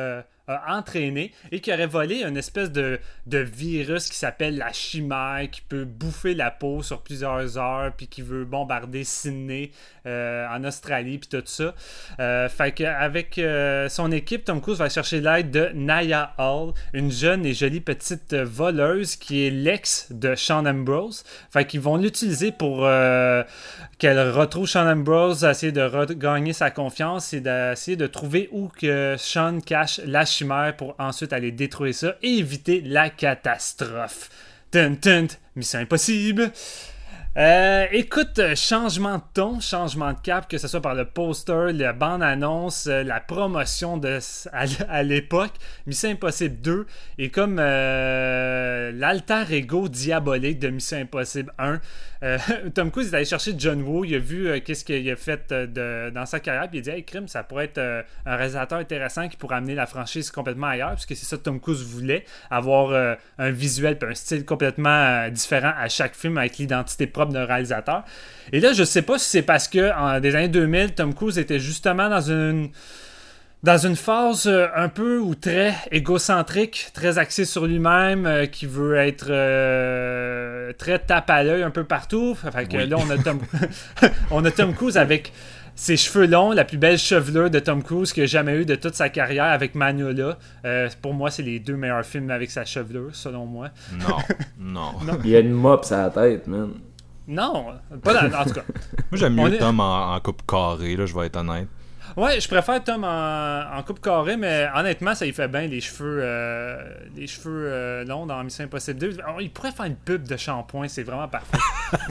a entraîné et qui aurait volé une espèce de virus qui s'appelle la chimère, qui peut bouffer la peau sur plusieurs heures, puis qui veut bombarder Sydney en Australie, puis tout ça. Fait qu'avec son équipe, Tom Cruise va chercher l'aide de Naya Hall, une jeune et jolie petite voleuse qui est l'ex de Sean Ambrose. Fait qu'ils vont l'utiliser pour qu'elle retrouve Sean Ambrose, essayer de regagner sa confiance et d'essayer de trouver où que Sean cache la chimère pour ensuite aller détruire ça et éviter la catastrophe. Tun, tun, mission impossible. Écoute, changement de ton, changement de cap, que ce soit par le poster, la bande-annonce, la promotion à l'époque, Mission Impossible 2 est comme l'alter ego diabolique de Mission Impossible 1. Tom Cruise est allé chercher John Woo, il a vu qu'est-ce qu'il a fait dans sa carrière, puis il a dit « Hey, crime, ça pourrait être un réalisateur intéressant qui pourrait amener la franchise complètement ailleurs, puisque c'est ça que Tom Cruise voulait, avoir un visuel et un style complètement différent à chaque film avec l'identité propre d'un réalisateur. » Et là, je sais pas si c'est parce que en des années 2000, Tom Cruise était justement dans une phase un peu ou très égocentrique, très axé sur lui-même, qui veut être très tape à l'œil un peu partout. Fait que là, on a Tom Cruise avec ses cheveux longs, la plus belle chevelure de Tom Cruise qu'il a jamais eu de toute sa carrière avec Magnolia. Pour moi, c'est les 2 meilleurs films avec sa chevelure, selon moi. Non. Il y a une mop sur la tête, man. Non, pas en tout cas. Moi, j'aime mieux Tom en coupe carrée, là, je vais être honnête. Ouais, je préfère Tom en coupe carrée, mais honnêtement, ça y fait bien les cheveux longs dans Mission Impossible 2. Alors, il pourrait faire une pub de shampoing, c'est vraiment parfait.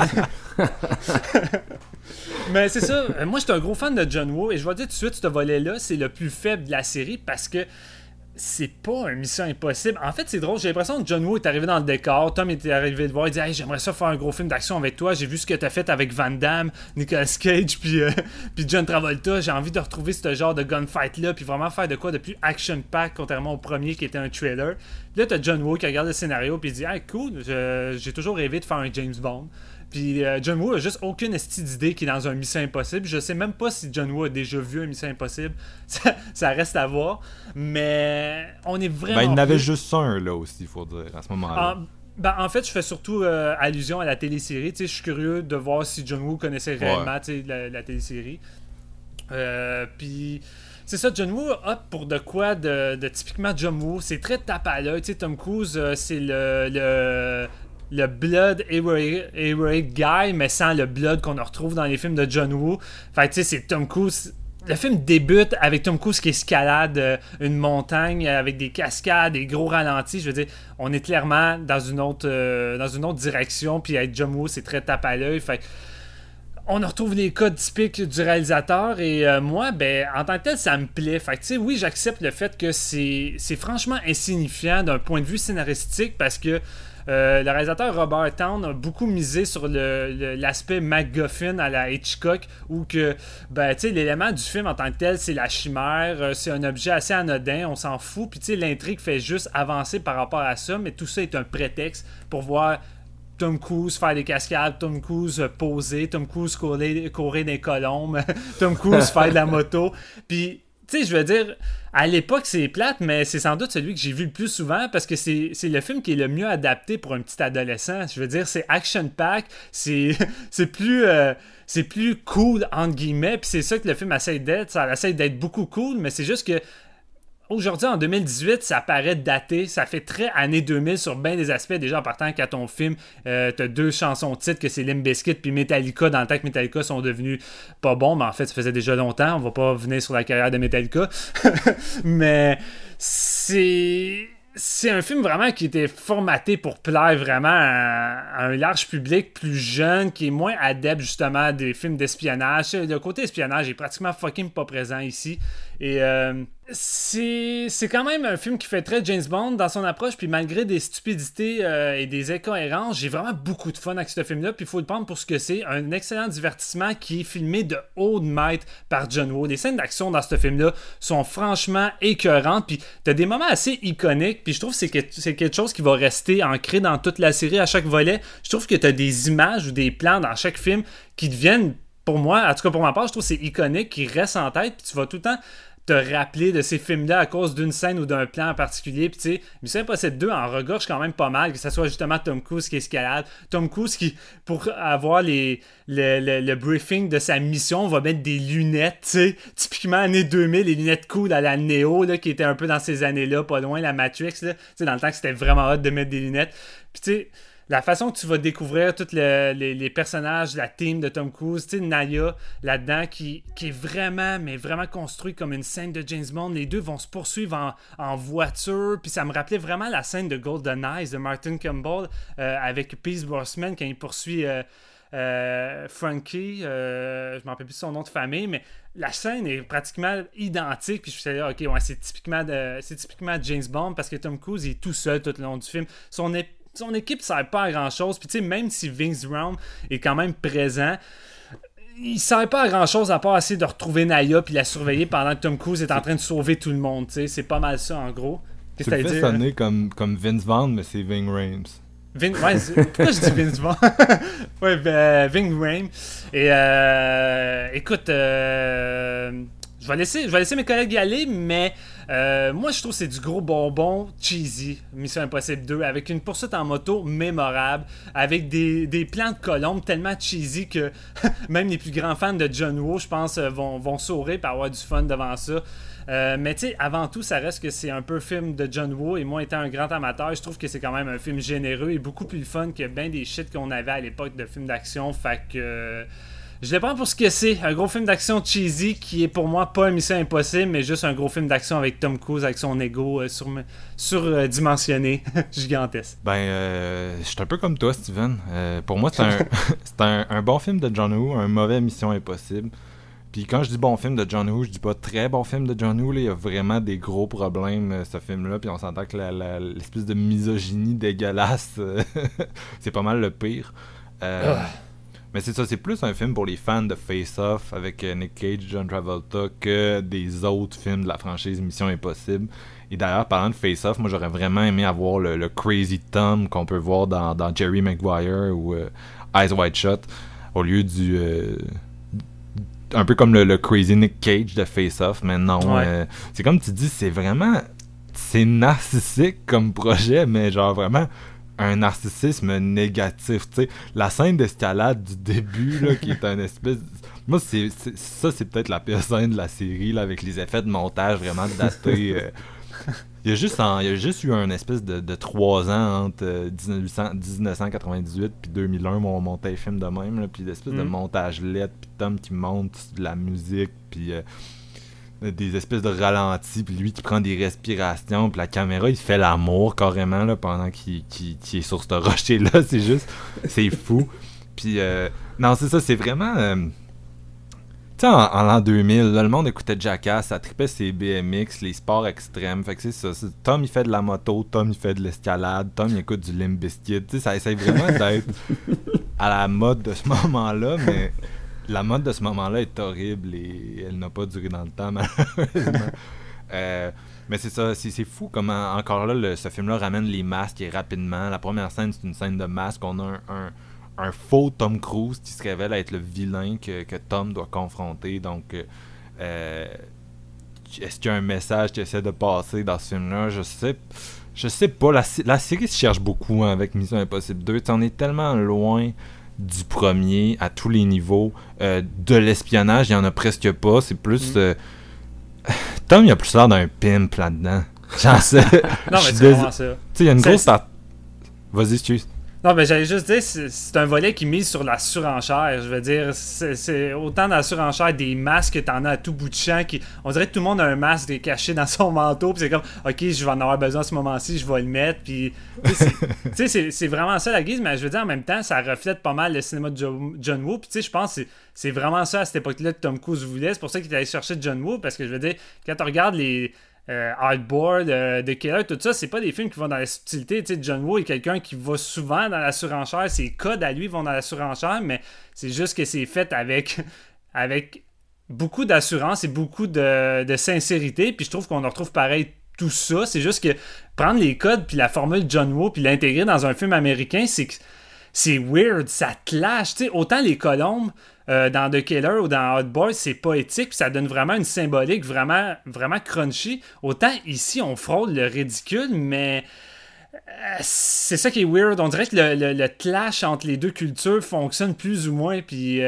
Mais c'est ça, moi, je suis un gros fan de John Woo, et je vais dire tout de suite, ce volet-là, c'est le plus faible de la série parce que c'est pas un Mission Impossible. En fait, c'est drôle, j'ai l'impression que John Woo est arrivé dans le décor, Tom était arrivé le voir, il dit « Hey, j'aimerais ça faire un gros film d'action avec toi, j'ai vu ce que t'as fait avec Van Damme, Nicolas Cage, puis John Travolta, j'ai envie de retrouver ce genre de gunfight-là, puis vraiment faire de quoi de plus action-pack, contrairement au premier qui était un thriller. » Puis là, t'as John Woo qui regarde le scénario, puis il dit « Hey, cool, j'ai toujours rêvé de faire un James Bond. » Puis John Woo a juste aucune d'idée qui est dans un Mission Impossible. Je sais même pas si John Woo a déjà vu un Mission Impossible. Ça reste à voir. Mais on est vraiment... Ben, il en avait juste un, là, aussi, il faut dire, à ce moment-là. En fait, je fais surtout allusion à la télésérie. Je suis curieux de voir si John Woo connaissait réellement la télésérie. Puis... C'est ça, John Woo opte pour de quoi de typiquement John Woo. C'est très tape à l'œil. Tom Cruise, c'est le blood heroic guy, mais sans le blood qu'on retrouve dans les films de John Woo. Fait que tu sais, c'est Tom Cruise. Le film débute avec Tom Cruise qui escalade une montagne avec des cascades, des gros ralentis. Je veux dire, on est clairement dans une autre direction. Puis avec John Woo, c'est très tape à l'œil. Fait que on retrouve les codes typiques du réalisateur et moi, en tant que tel, ça me plaît. Fait que, tu sais, oui, j'accepte le fait que c'est franchement insignifiant d'un point de vue scénaristique parce que le réalisateur Robert Towne a beaucoup misé sur l'aspect MacGuffin à la Hitchcock où que, l'élément du film en tant que tel, c'est la chimère, c'est un objet assez anodin, on s'en fout, puis tu sais, l'intrigue fait juste avancer par rapport à ça, mais tout ça est un prétexte pour voir Tom Cruise faire des cascades, Tom Cruise poser, Tom Cruise courir des colombes, Tom Cruise faire de la moto, puis tu sais, je veux dire, à l'époque, c'est plate, mais c'est sans doute celui que j'ai vu le plus souvent parce que c'est le film qui est le mieux adapté pour un petit adolescent. Je veux dire, c'est action-pack, c'est plus cool, entre guillemets, puis c'est ça que le film essaie d'être. Ça essaie d'être beaucoup cool, mais c'est juste que aujourd'hui, en 2018, ça paraît daté. Ça fait très années 2000 sur bien des aspects. Déjà, en partant qu'à ton film, t'as 2 chansons titres que c'est Limp Bizkit puis Metallica. Dans le temps que Metallica sont devenus pas bons, mais en fait, ça faisait déjà longtemps. On va pas venir sur la carrière de Metallica. Mais c'est un film vraiment qui était formaté pour plaire vraiment à un large public plus jeune, qui est moins adepte justement des films d'espionnage. Le côté espionnage est pratiquement fucking pas présent ici. Et c'est quand même un film qui fait très James Bond dans son approche, puis malgré des stupidités et des incohérences, j'ai vraiment beaucoup de fun avec ce film-là, puis il faut le prendre pour ce que c'est, un excellent divertissement qui est filmé de haut de maître par John Woo. Les scènes d'action dans ce film-là sont franchement écœurantes, puis t'as des moments assez iconiques, puis je trouve que c'est quelque chose qui va rester ancré dans toute la série à chaque volet. Je trouve que t'as des images ou des plans dans chaque film qui deviennent, pour moi, en tout cas pour ma part, je trouve que c'est iconique, qui reste en tête, puis tu vas tout le temps te rappeler de ces films-là à cause d'une scène ou d'un plan en particulier. Puis tu sais, Mission Impossible 2 en regorge quand même pas mal, que ce soit justement Tom Cruise qui escalade, Tom Cruise qui, pour avoir le briefing de sa mission, va mettre des lunettes, tu sais, typiquement années 2000, les lunettes cool à la Neo, là, qui était un peu dans ces années-là, pas loin, la Matrix, là, tu sais, dans le temps que c'était vraiment hot de mettre des lunettes. Puis tu sais, la façon que tu vas découvrir tous les personnages, la team de Tom Cruise, tu sais, Naya là-dedans qui est vraiment, mais vraiment construit comme une scène de James Bond. Les deux vont se poursuivre en voiture, puis ça me rappelait vraiment la scène de GoldenEye de Martin Campbell avec Pierce Brosnan quand il poursuit Frankie, je m'en rappelle plus son nom de famille, mais la scène est pratiquement identique, puis je me suis dit, ok, ouais, c'est typiquement James Bond parce que Tom Cruise il est tout seul tout le long du film. Son équipe ne sert pas à grand-chose. Puis tu sais, même si Vince Vaughn est quand même présent, il ne sert pas à grand-chose à part essayer de retrouver Naya puis la surveiller pendant que Tom Cruise est en train de sauver tout le monde. Tu sais, c'est pas mal ça, en gros. Qu'est-ce que tu fais sonner comme Vince Vaughn, mais c'est Ving Rhames. Pourquoi je dis Vince Vaughn? Ouais, Ving Rhames. Et écoute, je vais laisser mes collègues y aller, mais moi je trouve que c'est du gros bonbon cheesy, Mission Impossible 2, avec une poursuite en moto mémorable, avec des plans de colombes tellement cheesy que même les plus grands fans de John Woo, je pense, vont sourire pour avoir du fun devant ça. Mais tu sais, avant tout, ça reste que c'est un peu film de John Woo, et moi étant un grand amateur, je trouve que c'est quand même un film généreux et beaucoup plus fun que bien des shit qu'on avait à l'époque de films d'action. Fait que je le prends pour ce que c'est, un gros film d'action cheesy qui est pour moi pas un Mission Impossible, mais juste un gros film d'action avec Tom Cruise avec son ego surdimensionné, gigantesque. Je suis un peu comme toi, Steven. Pour moi, c'est un bon film de John Woo, un mauvais Mission Impossible. Puis quand je dis bon film de John Woo, je dis pas très bon film de John Woo. Il y a vraiment des gros problèmes, ce film-là. Puis on s'entend que l'espèce de misogynie dégueulasse, c'est pas mal le pire. Mais c'est ça, c'est plus un film pour les fans de Face Off avec Nick Cage, John Travolta que des autres films de la franchise Mission Impossible. Et d'ailleurs, parlant de Face Off, moi j'aurais vraiment aimé avoir le Crazy Tom qu'on peut voir dans Jerry Maguire ou Eyes Wide Shut, au lieu du... un peu comme le Crazy Nick Cage de Face Off, mais non. Ouais. C'est comme tu dis, c'est narcissique comme projet, mais genre vraiment... un narcissisme négatif, tu sais. La scène d'escalade du début, là, qui est un espèce... Moi, c'est peut-être la pire scène de la série, là, avec les effets de montage vraiment datés. Il y a juste eu un espèce de 3 ans entre 1998 puis 2001, mon monté film de même, là, puis l'espèce de montage LED, puis Tom qui monte de la musique, puis... des espèces de ralentis, puis lui qui prend des respirations, puis la caméra il fait l'amour carrément là, pendant qu'il est sur ce rocher là, c'est fou. Puis non, c'est ça, c'est vraiment tu sais, en l'an 2000 là, le monde écoutait Jackass, ça tripait ses BMX, les sports extrêmes, fait que c'est ça, Tom il fait de la moto, Tom il fait de l'escalade, Tom il écoute du Limp Bizkit, tu sais, ça essaie vraiment d'être à la mode de ce moment là, mais la mode de ce moment-là est horrible et elle n'a pas duré dans le temps, malheureusement. Mais c'est ça, c'est fou comment, encore là, ce film-là ramène les masques et rapidement. La première scène, c'est une scène de masque. On a un faux Tom Cruise qui se révèle être le vilain que Tom doit confronter. Donc, est-ce qu'il y a un message qui essaie de passer dans ce film-là? Je sais pas. La série se cherche beaucoup avec Mission Impossible 2. T'sais, on est tellement loin du premier à tous les niveaux. De l'espionnage, il y en a presque pas. C'est plus... Tom, il a plus l'air d'un pimp là-dedans. J'en sais. Non, mais c'est vraiment ça. Tu sais, il y a une grosse... Vas-y, excuse. Non, mais j'allais juste dire, c'est un volet qui mise sur la surenchère. Je veux dire, c'est autant dans la surenchère des masques que t'en as à tout bout de champ. On dirait que tout le monde a un masque caché dans son manteau. Puis c'est comme, ok, je vais en avoir besoin à ce moment-ci, je vais le mettre. Puis, tu sais, c'est vraiment ça la guise. Mais je veux dire, en même temps, ça reflète pas mal le cinéma de John Woo. Puis, tu sais, je pense que c'est vraiment ça à cette époque-là que Tom Cruise voulait. C'est pour ça qu'il est allé chercher John Woo. Parce que je veux dire, quand tu regardes les. Hardboard, The Killer, tout ça, c'est pas des films qui vont dans la subtilité. Tu sais, John Woo est quelqu'un qui va souvent dans la surenchère. Ses codes à lui vont dans la surenchère, mais c'est juste que c'est fait avec beaucoup d'assurance et beaucoup de sincérité. Puis je trouve qu'on en retrouve pareil tout ça. C'est juste que prendre les codes puis la formule John Woo puis l'intégrer dans un film américain, c'est weird, ça clash. Tu sais, autant les colombes. dans The Killer ou dans Hot Boys, c'est poétique, puis ça donne vraiment une symbolique vraiment, vraiment crunchy. Autant ici, on frôle le ridicule, mais c'est ça qui est weird. On dirait que le clash entre les deux cultures fonctionne plus ou moins, puis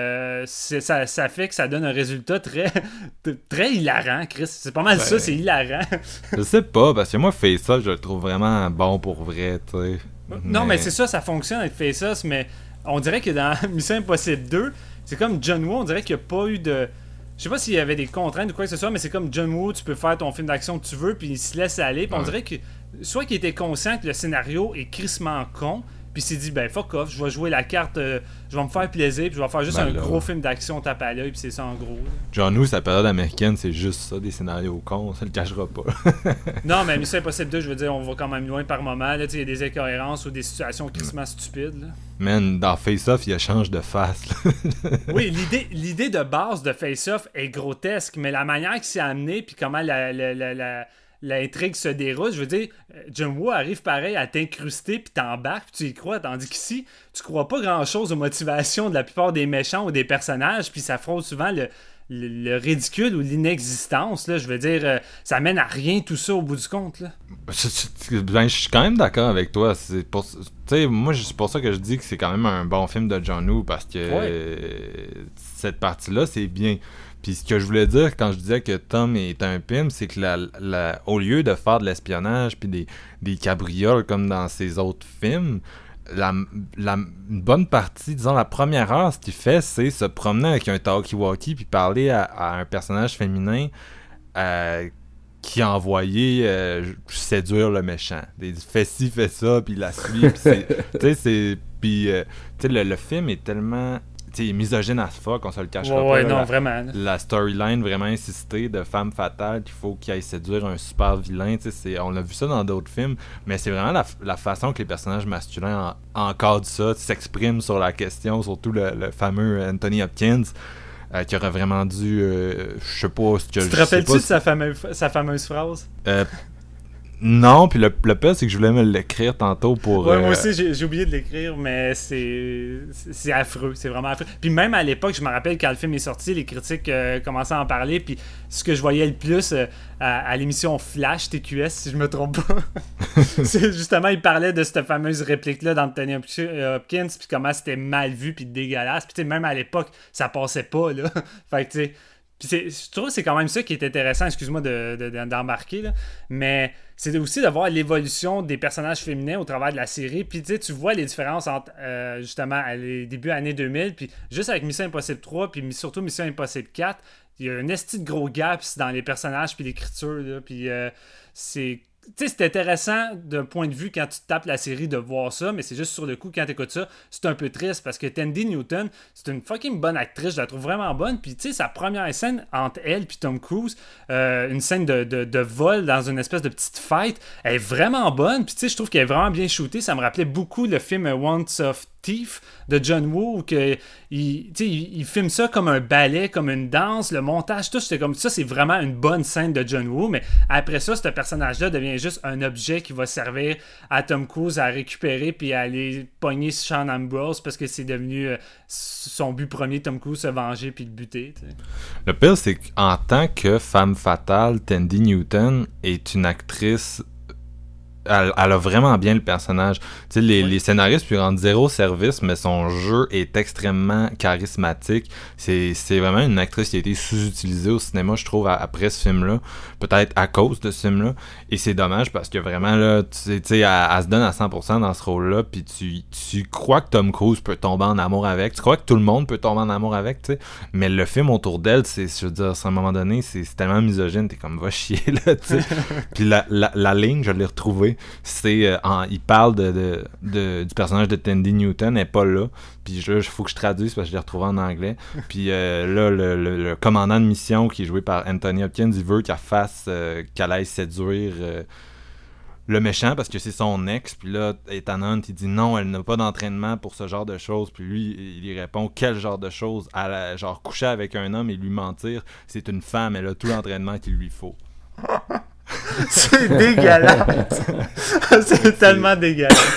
ça fait que ça donne un résultat très, très hilarant, Chris. C'est pas mal ça, c'est hilarant. Je sais pas, parce que moi, Face-Off, je le trouve vraiment bon pour vrai, tu sais. Non, mais c'est ça fonctionne avec Face-Off, mais on dirait que dans Mission Impossible 2, c'est comme John Woo, on dirait qu'il n'y a pas eu de... Je sais pas s'il y avait des contraintes ou quoi que ce soit, mais c'est comme John Woo, tu peux faire ton film d'action que tu veux, puis il se laisse aller, puis on dirait que soit qu'il était conscient que le scénario est crissement con, puis il s'est dit, ben fuck off, je vais jouer la carte, je vais me faire plaisir, puis je vais faire juste un gros film d'action tape à l'œil, puis c'est ça en gros. John Woo, sa période américaine, c'est juste ça, des scénarios cons, ça le cachera pas. Non, mais Mission Impossible 2, je veux dire, on va quand même loin par moment, là, il y a des incohérences ou des situations crissement stupides, là. Man, dans Face-Off, il change de face, là. Oui, l'idée de base de Face-Off est grotesque, mais la manière qu'il s'est amené, puis comment l'intrigue se déroule, je veux dire, John Woo arrive pareil à t'incruster puis t'embarques puis tu y crois, tandis qu'ici, tu crois pas grand-chose aux motivations de la plupart des méchants ou des personnages, puis ça frôle souvent le ridicule ou l'inexistence, là. Je veux dire, ça mène à rien tout ça au bout du compte, là. Ben, je suis quand même d'accord avec toi. C'est pour, moi, c'est pour ça que je dis que c'est quand même un bon film de John Woo, parce que cette partie-là, c'est bien. Puis ce que je voulais dire quand je disais que Tom est un pimp, c'est que au lieu de faire de l'espionnage puis des cabrioles comme dans ses autres films, une bonne partie, disons la première heure, ce qu'il fait, c'est se promener avec un talkie-walkie puis parler à un personnage féminin qui a envoyé séduire le méchant. Il fait ci, fait ça, puis il la suit. Puis le film est tellement... T'sais, misogyne as fuck, on se le cachera pas. Non, vraiment. La storyline vraiment insistée de femme fatale qu'il faut qu'il aille séduire un super vilain. On a vu ça dans d'autres films, mais c'est vraiment la façon que les personnages masculins encadrent ça, s'expriment sur la question, surtout le fameux Anthony Hopkins, qui aurait vraiment dû... je sais pas... Tu te rappelles-tu de sa fameuse phrase? Non, puis le pire, c'est que je voulais me l'écrire tantôt pour... Ouais, moi aussi, j'ai oublié de l'écrire, mais c'est affreux, c'est vraiment affreux. Puis même à l'époque, je me rappelle quand le film est sorti, les critiques commençaient à en parler, puis ce que je voyais le plus à l'émission Flash TQS, si je me trompe pas, c'est justement, il parlait de cette fameuse réplique-là d'Anthony Hopkins, puis comment c'était mal vu, puis dégueulasse. Puis même à l'époque, ça passait pas, là. Fait que, tu sais... Puis je trouve que c'est quand même ça qui est intéressant, excuse-moi d'embarquer, là, mais c'est aussi de voir l'évolution des personnages féminins au travers de la série. Puis tu vois les différences entre justement les débuts années 2000, puis juste avec Mission Impossible 3, puis surtout Mission Impossible 4, il y a un esti de gros gaps dans les personnages puis l'écriture, là, puis c'est... Tu sais, c'est intéressant d'un point de vue quand tu tapes la série de voir ça, mais c'est juste sur le coup, quand tu écoutes ça, c'est un peu triste parce que Tandy Newton, c'est une fucking bonne actrice, je la trouve vraiment bonne. Puis tu sais, sa première scène entre elle et Tom Cruise, une scène de vol dans une espèce de petite fight, elle est vraiment bonne. Puis tu sais, je trouve qu'elle est vraiment bien shootée. Ça me rappelait beaucoup le film Once of Thief de John Woo, où il filme ça comme un ballet, comme une danse, le montage, tout, c'était comme ça, c'est vraiment une bonne scène de John Woo, mais après ça, ce personnage-là devient juste un objet qui va servir à Tom Cruise à récupérer puis à aller pogner Sean Ambrose parce que c'est devenu son but premier, Tom Cruise, se venger puis le buter. T'sais. Le pire, c'est qu'en tant que femme fatale, Tandy Newton est une actrice... Elle a vraiment bien le personnage. Tu sais, les scénaristes lui rendent zéro service, mais son jeu est extrêmement charismatique. C'est vraiment une actrice qui a été sous-utilisée au cinéma, je trouve, après ce film-là. Peut-être à cause de ce film-là. Et c'est dommage parce que vraiment, là, tu sais, elle se donne à 100% dans ce rôle-là. Puis tu crois que Tom Cruise peut tomber en amour avec. Tu crois que tout le monde peut tomber en amour avec, tu sais. Mais le film autour d'elle, je veux dire, à un moment donné, c'est tellement misogyne. T'es comme, va chier, là, tu sais. Puis la ligne, je l'ai retrouvée. C'est il parle du personnage de Tandy Newton, elle n'est pas là, puis il faut que je traduise parce que je l'ai retrouvé en anglais. Puis là, le commandant de mission qui est joué par Anthony Hopkins, il veut qu'elle aille séduire le méchant parce que c'est son ex. Puis là, Ethan Hunt, il dit non, elle n'a pas d'entraînement pour ce genre de choses. Puis lui, il y répond quel genre de choses, genre coucher avec un homme et lui mentir, c'est une femme, elle a tout l'entraînement qu'il lui faut. C'est dégueulasse. C'est tellement dégueulasse.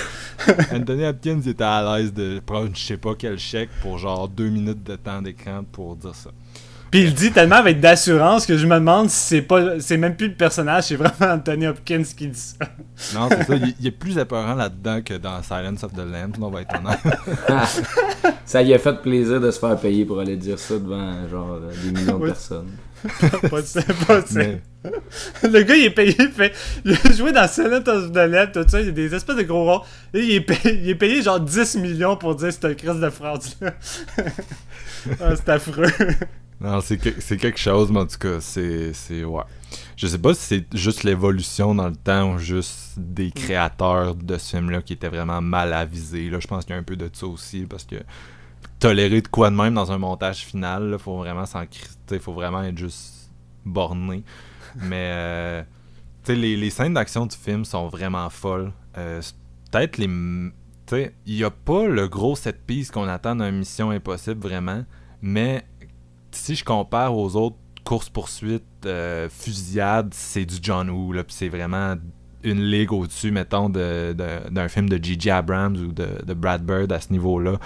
Anthony Hopkins était à l'aise de prendre je sais pas quel chèque pour genre 2 minutes de temps d'écran pour dire ça. Puis il le dit tellement avec d'assurance que je me demande si c'est même plus le personnage, c'est vraiment Anthony Hopkins qui dit ça. Non, c'est ça, il est plus apparent là-dedans que dans Silence of the Lambs, on va être honnête. Ça lui a fait plaisir de se faire payer pour aller dire ça devant genre des millions de personnes. pas de Le gars, il est payé, il a joué dans Silence of the Lambs, tout ça, il y a des espèces de gros rôles. Et il est payé genre 10 millions pour dire c'est un crise de fraude-là. C'est affreux. Non, c'est quelque chose, mais en tout cas, c'est ouais. Je sais pas si c'est juste l'évolution dans le temps ou juste des créateurs de ce film-là qui étaient vraiment mal avisés. Là, je pense qu'il y a un peu de ça aussi, parce que tolérer de quoi de même dans un montage final, là, faut vraiment faut vraiment être juste borné. Mais tu sais, les scènes d'action du film sont vraiment folles. Peut-être tu sais, il y a pas le gros set piece qu'on attend dans Mission Impossible vraiment, mais si je compare aux autres courses-poursuites, fusillades, c'est du John Woo, là, pis c'est vraiment une ligue au-dessus, mettons, d'un film de J.J. Abrams ou de Brad Bird à ce niveau-là.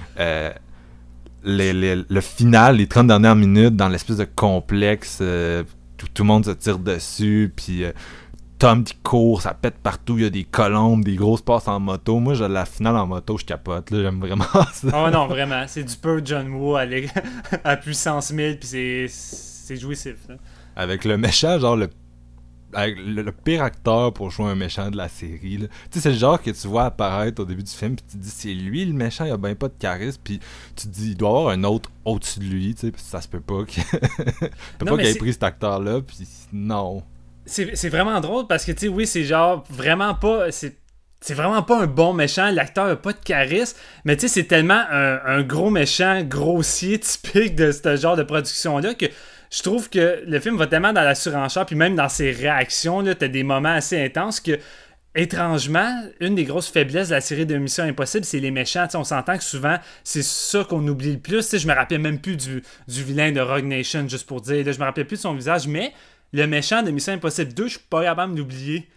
Le final, les 30 dernières minutes, dans l'espèce de complexe, tout le monde se tire dessus, puis Tom qui court, ça pète partout, il y a des colombes, des grosses passes en moto. Moi, la finale en moto, je capote, là, j'aime vraiment ça. Oh non, vraiment, c'est du pur John Woo à puissance 1000, puis c'est jouissif. Là. Avec le méchant, genre avec le pire acteur pour jouer un méchant de la série. Tu sais, c'est le genre que tu vois apparaître au début du film, puis tu te dis, c'est lui le méchant, il a ben pas de charisme, puis tu te dis, il doit y avoir un autre au-dessus de lui, tu sais, ça se peut pas qu'il ait pris cet acteur-là, puis non. C'est vraiment drôle parce que, tu sais, oui, c'est genre vraiment pas... C'est vraiment pas un bon méchant, l'acteur a pas de charisme, mais tu sais, c'est tellement un gros méchant grossier typique de ce genre de production-là que je trouve que le film va tellement dans la surenchère, puis même dans ses réactions, là, t'as des moments assez intenses que, étrangement, une des grosses faiblesses de la série de Mission Impossible, c'est les méchants. T'sais, on s'entend que souvent, c'est ça qu'on oublie le plus. T'sais, je me rappelle même plus du vilain de Rogue Nation, juste pour dire, là, je me rappelle plus de son visage, mais le méchant de Mission Impossible 2, je suis pas capable de l'oublier.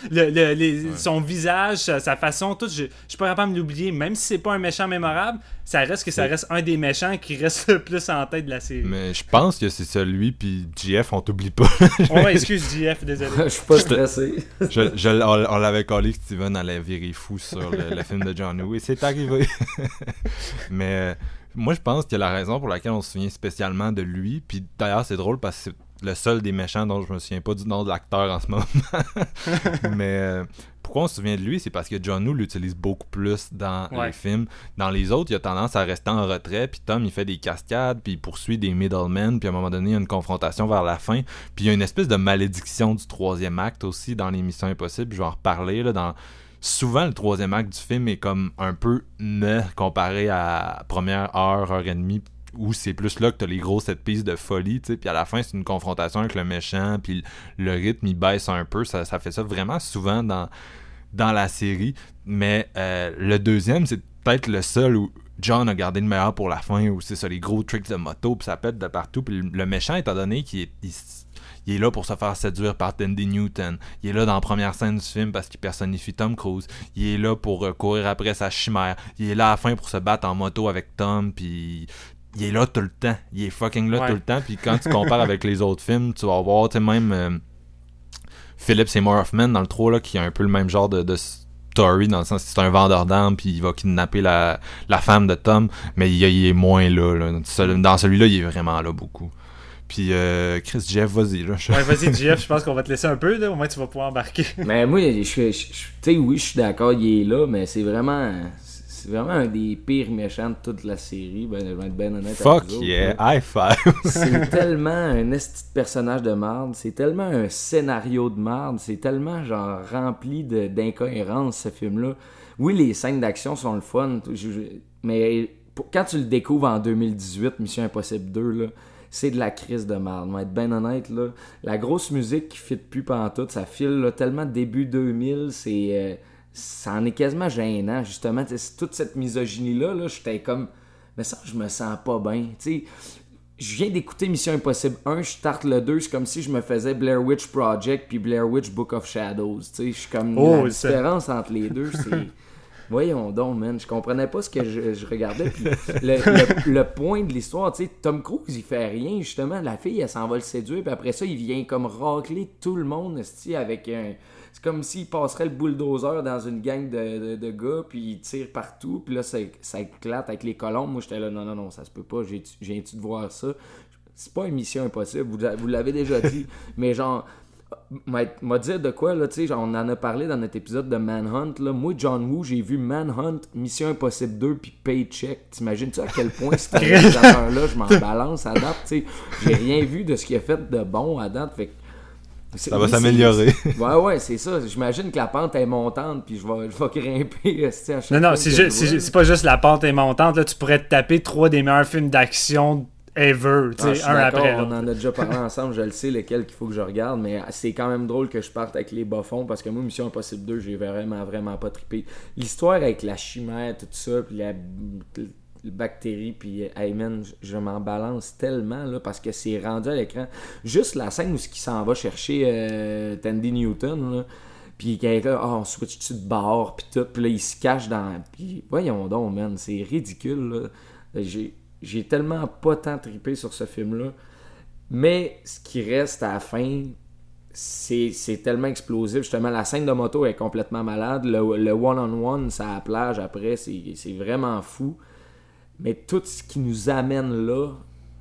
Son visage, sa façon, tout, je suis pas capable de l'oublier. Même si c'est pas un méchant mémorable, ça reste un des méchants qui reste le plus en tête de la série. Mais je pense que c'est celui, puis JF, on t'oublie pas. Excuse JF, désolé. Je suis pas stressé. On l'avait collé que Steven allait virer fou sur le film de John Woo, et c'est arrivé. Mais moi, je pense que la raison pour laquelle on se souvient spécialement de lui, puis d'ailleurs, c'est drôle parce que c'est le seul des méchants dont je me souviens pas du nom de l'acteur en ce moment. Mais pourquoi on se souvient de lui, c'est parce que John Woo l'utilise beaucoup plus dans les films. Dans les autres, il a tendance à rester en retrait, puis Tom, il fait des cascades, puis il poursuit des middlemen, puis à un moment donné, il y a une confrontation vers la fin. Puis il y a une espèce de malédiction du troisième acte aussi dans les Missions Impossibles. Je vais en reparler, là, souvent, le troisième acte du film est comme un peu comparé à la première heure et demie, où c'est plus là que t'as les gros set pieces de folie, tu sais, puis à la fin c'est une confrontation avec le méchant, puis le rythme il baisse un peu, ça fait ça vraiment souvent dans la série, mais le deuxième c'est peut-être le seul où John a gardé le meilleur pour la fin, où c'est ça, les gros tricks de moto, puis ça pète de partout, puis le méchant, étant donné qu'il est là pour se faire séduire par Tandy Newton. Il est là dans la première scène du film parce qu'il personnifie Tom Cruise. Il est là pour courir après sa chimère. Il est là à la fin pour se battre en moto avec Tom, puis il est là tout le temps. Il est fucking là tout le temps. Puis quand tu compares avec les autres films, tu vas voir, tu sais, même Philip Seymour Hoffman dans le 3, là, qui a un peu le même genre de story, dans le sens que c'est un vendeur d'armes, puis il va kidnapper la femme de Tom, mais il est moins là. Dans celui-là, il est vraiment là beaucoup. Puis Chris, Jeff, vas-y. Là. Ouais, vas-y, Jeff, je pense qu'on va te laisser un peu, là, au moins tu vas pouvoir embarquer. Mais moi, tu sais, oui, je suis d'accord, il est là, mais c'est vraiment un des pires méchants de toute la série. Ben, je vais être ben honnête. Fuck avec yeah, autres, high five. C'est tellement un esti de personnage de marde, c'est tellement un scénario de marde, c'est tellement genre rempli d'incohérences, ce film-là. Oui, les scènes d'action sont le fun, mais quand tu le découvres en 2018, Mission Impossible 2, là, c'est de la crise de marde. On va être ben honnête, là. La grosse musique qui fit plus pantoute, ça file là, tellement début 2000, ça en est quasiment gênant, justement. Toute cette misogynie-là, là, j'étais comme... Mais ça, je me sens pas bien. T'sais, je viens d'écouter Mission Impossible 1, je starte le 2, c'est comme si je me faisais Blair Witch Project puis Blair Witch Book of Shadows. Je suis comme... la différence entre les deux, c'est... Voyons donc, man, je comprenais pas ce que je regardais. Puis le point de l'histoire, tu sais, Tom Cruise, il fait rien, justement. La fille, elle s'en va le séduire, puis après ça, il vient comme racler tout le monde, avec un... C'est comme s'il passerait le bulldozer dans une gang de gars, puis il tire partout, puis là, ça éclate avec les colombes. Moi, j'étais là, non, ça se peut pas, j'ai-tu de voir ça? C'est pas une mission impossible, vous l'avez déjà dit, mais genre... m'a dit de quoi, là, tu sais, on en a parlé dans notre épisode de Manhunt, là. Moi, John Woo, j'ai vu Manhunt, Mission Impossible 2 puis Paycheck. T'imagines-tu à quel point ce réalisateur-là, je m'en balance à date, tu sais. J'ai rien vu de ce qu'il a fait de bon à date, fait que ça va s'améliorer. Ouais, c'est ça. J'imagine que la pente est montante, puis je vais grimper à chaque fois. Non, c'est pas juste la pente est montante, là, tu pourrais te taper 3 des meilleurs films d'action ever, tu sais, un après l'autre. On en a déjà parlé ensemble, je le sais lequel qu'il faut que je regarde, mais c'est quand même drôle que je parte avec les bas-fonds, parce que moi, Mission Impossible 2, j'ai vraiment pas trippé. L'histoire avec la chimère, tout ça, puis la bactérie, puis hey man, je m'en balance tellement, là, parce que c'est rendu à l'écran. Juste la scène où il s'en va chercher Tandy Newton, là, puis quelqu'un, on switch-tu de bord, puis tout, puis là, il se cache dans... Puis voyons donc, man, c'est ridicule, là. J'ai tellement pas tant trippé sur ce film-là. Mais ce qui reste à la fin, c'est tellement explosif. Justement, la scène de moto est complètement malade. Le one-on-one, ça à la plage après, c'est vraiment fou. Mais tout ce qui nous amène là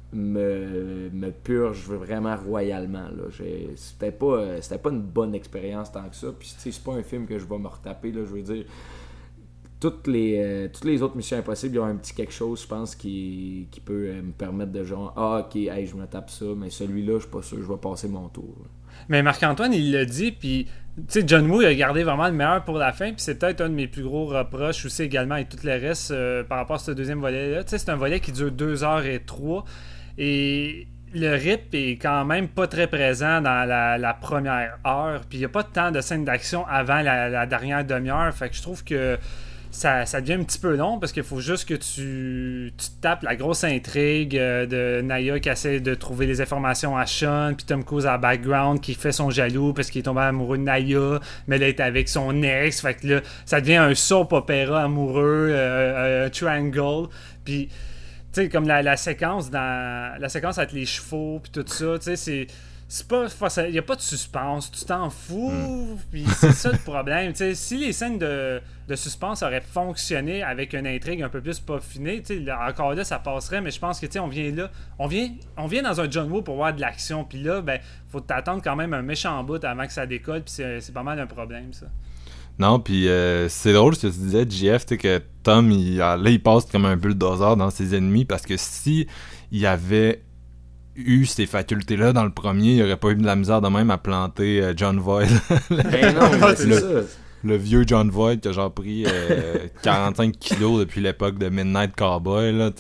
me purge vraiment royalement. Là. C'était pas une bonne expérience tant que ça. Puis c'est pas un film que je vais me retaper. Là, je veux dire... Toutes les autres Missions Impossibles, il y a un petit quelque chose, je pense, qui peut me permettre de genre, ok, hey, je me tape ça, mais celui-là, je suis pas sûr, je vais passer mon tour. Là. Mais Marc-Antoine, il l'a dit, puis tu sais, John Woo, il a gardé vraiment le meilleur pour la fin, puis c'est peut-être un de mes plus gros reproches aussi également avec tout le reste par rapport à ce deuxième volet-là. Tu sais, c'est un volet qui dure 2h03, et le rythme est quand même pas très présent dans la première heure, puis il n'y a pas tant de scènes d'action avant la dernière demi-heure, fait que je trouve que ça devient un petit peu long parce qu'il faut juste que tu te tapes la grosse intrigue de Naya qui essaie de trouver les informations à Sean, puis Tom Cruise en background qui fait son jaloux parce qu'il est tombé amoureux de Naya, mais là il est avec son ex, fait que là ça devient un soap opéra amoureux, triangle, puis tu sais comme la séquence avec les chevaux puis tout ça, tu sais c'est pas, il n'y a pas de suspense, tu t'en fous, puis c'est ça le problème. T'sais, si les scènes de suspense auraient fonctionné avec une intrigue un peu plus peaufinée, encore là ça passerait, mais je pense que on vient dans un John Woo pour voir de l'action, puis là, ben, faut t'attendre quand même un méchant bout avant que ça décolle, puis c'est pas mal un problème, ça. Non, puis c'est drôle ce que tu disais, JF, que Tom, il passe comme un bulldozer dans ses ennemis, parce que si il y avait eu ces facultés-là dans le premier, il aurait pas eu de la misère de même à planter John Voight. Ben non, c'est ça. Le vieux John Voight qui a genre pris 45 kilos depuis l'époque de Midnight Cowboy, là,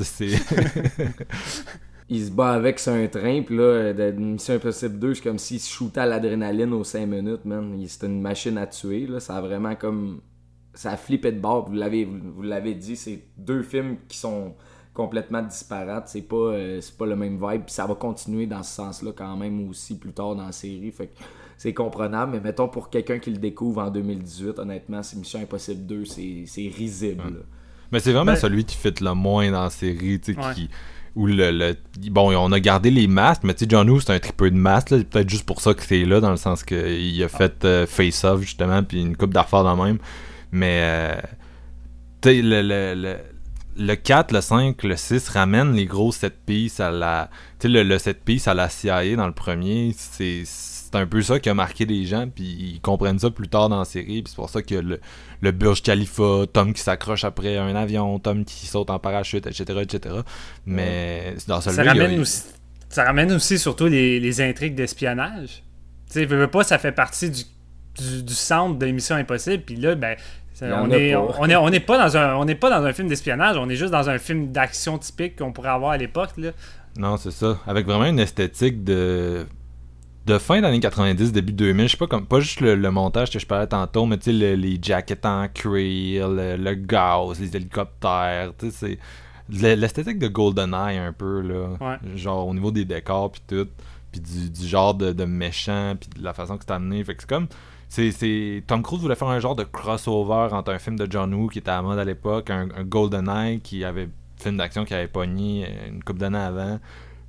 Il se bat avec sur un train, puis là, de Mission Impossible 2, c'est comme s'il se shootait à l'adrénaline aux 5 minutes, man. C'était une machine à tuer, là. Ça a vraiment comme... Ça a flippé de bord. Vous l'avez dit, c'est 2 films qui sont complètement disparates. C'est pas le même vibe. Puis ça va continuer dans ce sens-là quand même aussi plus tard dans la série. Fait que c'est comprenable. Mais mettons pour quelqu'un qui le découvre en 2018, honnêtement, c'est Mission Impossible 2, c'est risible. Ouais. Mais c'est vraiment celui qui fit le moins dans la série, tu sais, où bon, on a gardé les masques, mais tu sais, John Woo, c'est un tripeux de masques, là, peut-être juste pour ça que c'est là, dans le sens qu'il a fait Face Off, justement, puis une coupe d'affaires dans le même. Mais, tu sais, le 4, le 5, le 6 ramène les gros set pieces à la... Tu sais, le set piece à la CIA dans le premier, c'est un peu ça qui a marqué les gens, puis ils comprennent ça plus tard dans la série, puis c'est pour ça que le Burj Khalifa, Tom qui s'accroche après un avion, Tom qui saute en parachute, etc. Mais dans celui-là... Ça ramène aussi surtout les intrigues d'espionnage. Tu sais, veux pas, ça fait partie du centre de Mission Impossible, puis là, ben... On n'est pas dans un film d'espionnage, on est juste dans un film d'action typique qu'on pourrait avoir à l'époque, là. Non, c'est ça. Avec vraiment une esthétique de fin d'année 90, début 2000. Je sais pas juste le montage que je parlais tantôt, mais tu sais, les jackets en cuir, le gaz, les hélicoptères, tu sais, c'est l'esthétique de GoldenEye un peu, là. Ouais. Genre au niveau des décors puis tout, puis du genre de méchant, puis de la façon que c'est amené. Fait que c'est comme... Tom Cruise voulait faire un genre de crossover entre un film de John Woo qui était à la mode à l'époque, un GoldenEye qui avait film d'action qui avait pogné une couple d'années avant.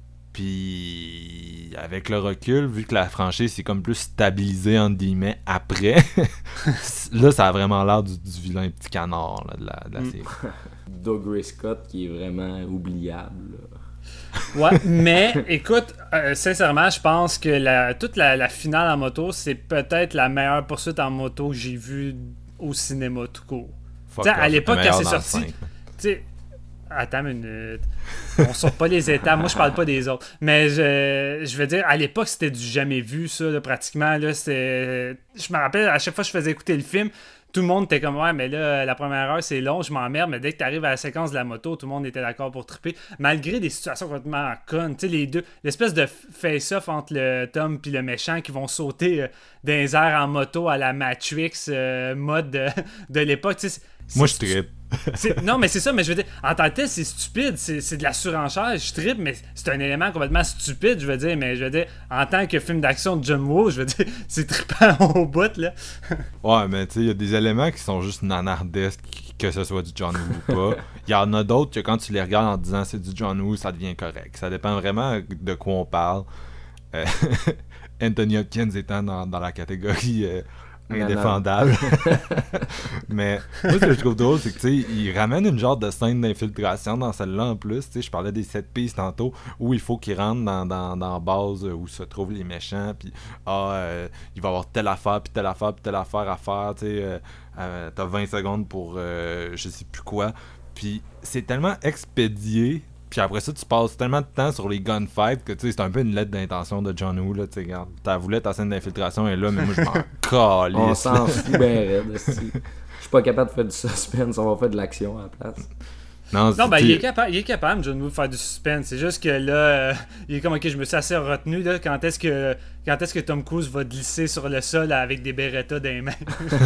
Puis avec le recul, vu que la franchise s'est comme plus stabilisée entre guillemets après, là ça a vraiment l'air du vilain petit canard là, de la série. Doug Ray Scott qui est vraiment oubliable. Ouais, mais écoute, sincèrement, je pense que toute la finale en moto, c'est peut-être la meilleure poursuite en moto que j'ai vue au cinéma tout court. À l'époque, quand c'est sorti, tu sais. Attends une minute. On sort pas les étapes. Moi, je parle pas des autres. Mais je veux dire, à l'époque, c'était du jamais vu, ça, là, pratiquement. Là, je me rappelle, à chaque fois que je faisais écouter le film, tout le monde était comme, ouais, mais là, la première heure, c'est long, je m'emmerde. Mais dès que tu arrives à la séquence de la moto, tout le monde était d'accord pour triper. Malgré des situations complètement connes. Tu sais, les deux, l'espèce de face-off entre le Tom et le méchant qui vont sauter dans les airs en moto à la Matrix mode de l'époque. Tu sais, moi, je trippe. Non, mais c'est ça, mais je veux dire, en tant que tel, c'est stupide, c'est de la surenchère, je trippe, mais c'est un élément complètement stupide, je veux dire, mais je veux dire, en tant que film d'action de John Woo, je veux dire, c'est trippant au bout, là. Ouais, mais tu sais, il y a des éléments qui sont juste nanardesques, que ce soit du John Woo ou pas. Il y en a d'autres que quand tu les regardes en disant c'est du John Woo, ça devient correct. Ça dépend vraiment de quoi on parle. Anthony Hopkins étant dans la catégorie... indéfendable. Mais moi, ce que je trouve drôle, c'est que tu sais, il ramène une genre de scène d'infiltration dans celle-là en plus. Tu sais, je parlais des 7 pistes tantôt où il faut qu'il rentre dans la base où se trouvent les méchants. Puis il va y avoir telle affaire, puis telle affaire, puis telle affaire à faire. Tu sais, t'as 20 secondes pour je sais plus quoi. Puis c'est tellement expédié. Puis après ça, tu passes tellement de temps sur les gunfights que tu sais, c'est un peu une lettre d'intention de John Woo. Là, tu sais, regarde, t'as voulu ta scène d'infiltration et là, mais moi je m'en calisse. On s'en fout bien raide. Je suis pas capable de faire du suspense, on va faire de l'action à la place. Non, ben il est capable, John Woo, de faire du suspense. C'est juste que là, il est comme, ok, je me suis assez retenu. Là, quand est-ce que Tom Cruise va glisser sur le sol avec des Beretta dans les mains?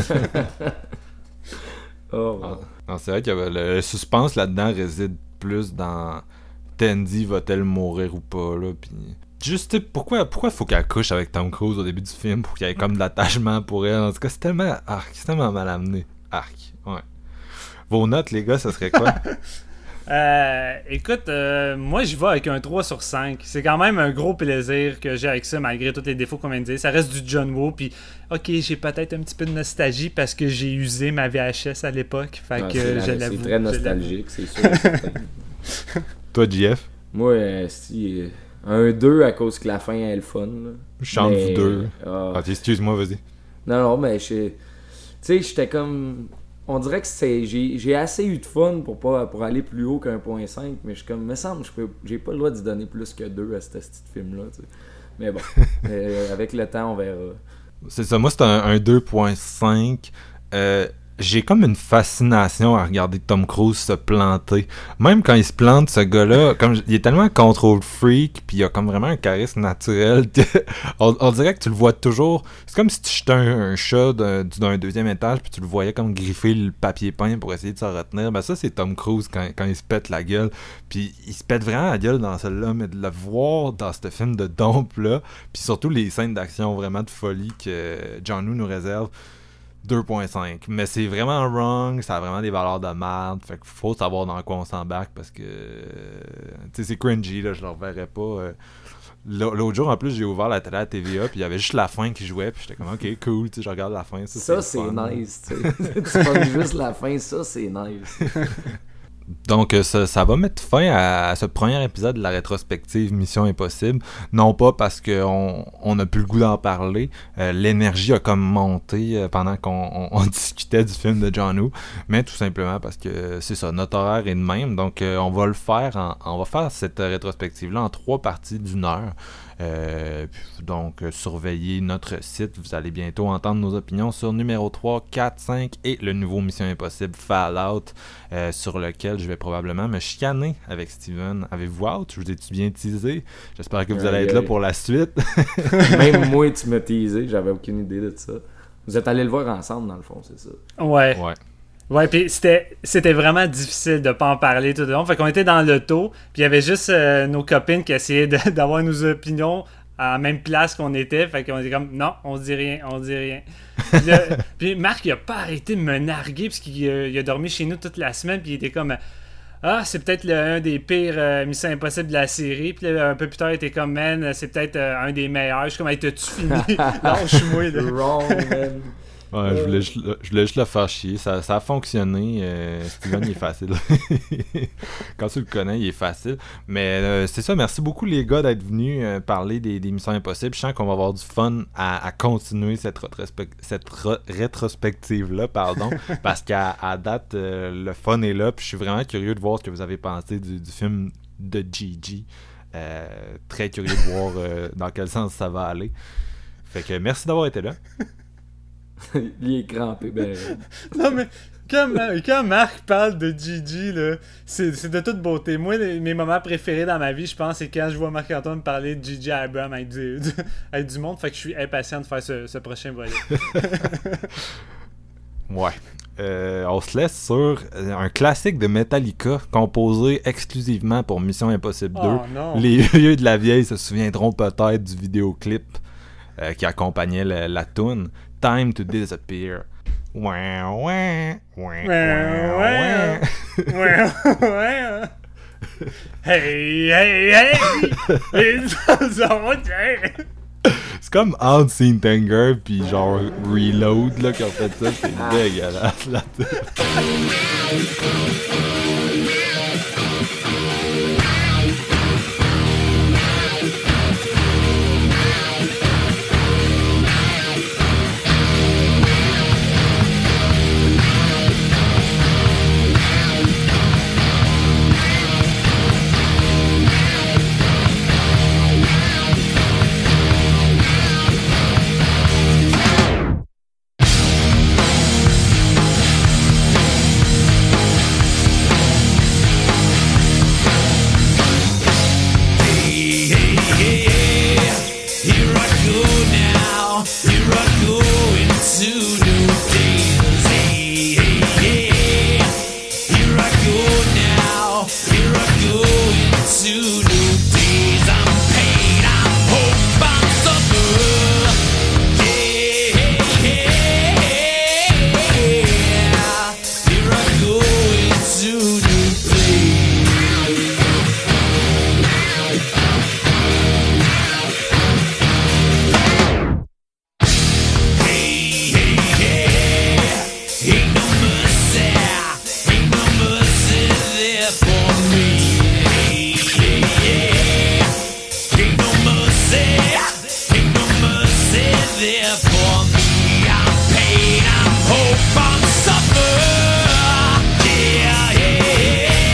Oh, wow. Non, c'est vrai que le suspense là-dedans réside plus dans Tandy va-t-elle mourir ou pas là, puis juste pourquoi faut qu'elle couche avec Tom Cruise au début du film pour qu'il y ait comme de l'attachement pour elle. En tout cas, c'est tellement mal amené. Ouais. Vos notes, les gars, ça serait quoi? Écoute, moi j'y vais avec un 3 sur 5. C'est quand même un gros plaisir que j'ai avec ça, malgré tous les défauts qu'on vient de dire. Ça reste du John Woo, puis ok, j'ai peut-être un petit peu de nostalgie parce que j'ai usé ma VHS à l'époque. Fait que je l'avoue. C'est très nostalgique, c'est sûr. Toi, JF? Moi, un 2 à cause que la fin est le fun. Là. Je chante du 2. Excuse-moi, vas-y. Non, mais tu sais, j'étais comme... On dirait que j'ai assez eu de fun pour aller plus haut qu'un 1.5, mais je suis comme, me semble, j'ai pas le droit d'y donner plus que 2 à ce petit film-là. T'sais. Mais bon, avec le temps, on verra. C'est ça, moi c'est un 2.5. J'ai comme une fascination à regarder Tom Cruise se planter. Même quand il se plante, ce gars-là, comme il est tellement control freak, puis il a comme vraiment un charisme naturel. On dirait que tu le vois toujours. C'est comme si tu jetais un chat d'un deuxième étage, puis tu le voyais comme griffer le papier peint pour essayer de se retenir. Ben ça, c'est Tom Cruise quand il se pète la gueule. Puis il se pète vraiment la gueule dans celle-là, mais de le voir dans ce film de dompe-là, puis surtout les scènes d'action vraiment de folie que John Woo nous réserve. 2.5, mais c'est vraiment wrong, ça a vraiment des valeurs de merde, fait qu'il faut savoir dans quoi on s'embarque parce que tu sais c'est cringy là, je le reverrai pas. L'autre jour en plus j'ai ouvert la télé à TVA puis il y avait juste la fin qui jouait puis j'étais comme ok cool, tu sais je regarde la fin, ça c'est nice, tu sais. Tu prends juste la fin, ça c'est nice. Donc ça va mettre fin à ce premier épisode de la rétrospective Mission Impossible, non pas parce qu'on n'a plus le goût d'en parler, l'énergie a comme monté pendant qu'on discutait du film de John Woo, mais tout simplement parce que c'est ça, notre horaire est de même, donc on va faire cette rétrospective là en 3 parties d'1 heure. Donc surveillez notre site, vous allez bientôt entendre nos opinions sur numéro 3, 4, 5 et le nouveau Mission Impossible Fallout, sur lequel je vais probablement me chicaner avec Steven. Avez-vous hâte? Je vous ai-tu bien teasé? J'espère que vous allez être là pour la suite. Même moi tu m'as teasé, j'avais aucune idée de ça. Vous êtes allés le voir ensemble dans le fond, c'est ça? Ouais, puis c'était vraiment difficile de pas en parler tout le long. Fait qu'on était dans l'auto, puis il y avait juste nos copines qui essayaient d'avoir nos opinions à la même place qu'on était. Fait qu'on est comme, non, on dit rien. Puis Marc, il a pas arrêté de me narguer parce qu'il a dormi chez nous toute la semaine. Puis il était comme, c'est peut-être un des pires Mission Impossible de la série. Puis là, un peu plus tard, il était comme, man, c'est peut-être un des meilleurs. Je suis comme, hey, t'as-tu fini? Lâche-moi, là. Wrong, man. Ouais, je voulais juste le faire chier. Ça a fonctionné. Steven, il est facile. Quand tu le connais, il est facile. Mais c'est ça. Merci beaucoup, les gars, d'être venus parler des Missions Impossibles. Je sens qu'on va avoir du fun à continuer cette rétrospective-là, parce qu'à date, le fun est là. Puis je suis vraiment curieux de voir ce que vous avez pensé du film de Gigi. Très curieux de voir dans quel sens ça va aller. Fait que merci d'avoir été là. Il est crampé, ben. Non, mais quand Marc parle de Gigi, là, c'est de toute beauté. Moi, mes moments préférés dans ma vie, je pense, c'est quand je vois Marc-Antoine parler de Gigi Abrams avec du monde. Fait que je suis impatient de faire ce prochain volet. Ouais. On se laisse sur un classique de Metallica composé exclusivement pour Mission Impossible 2. Oh, non. Les vieux de la vieille se souviendront peut-être du vidéoclip qui accompagnait la toune. Time to Disappear. Hey! C'est comme Hans Sintender puis genre Reload là qui ont fait ça, c'est dégueulasse là.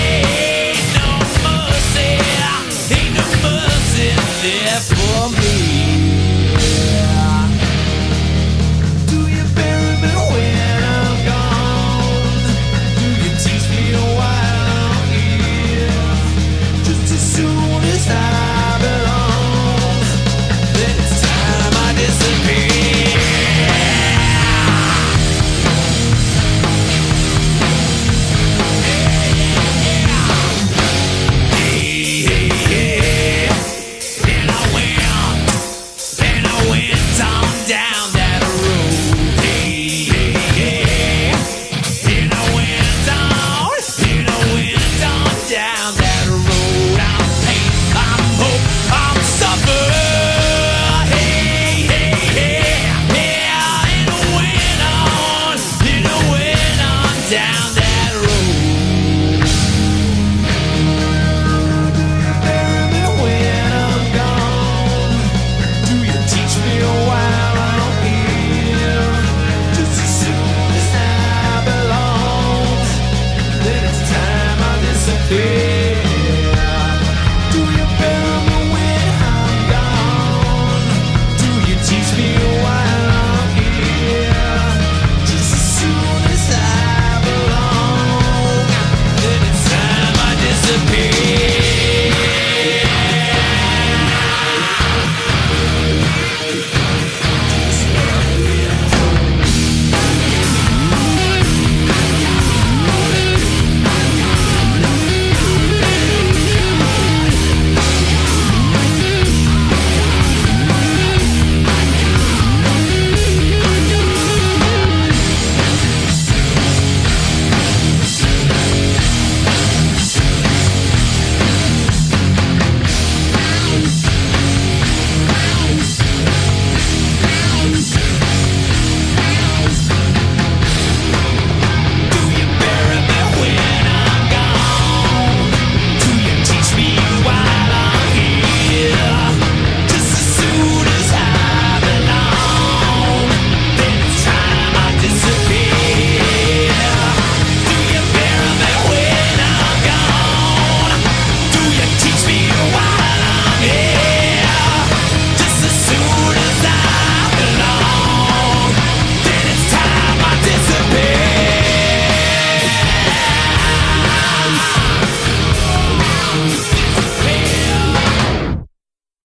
For me.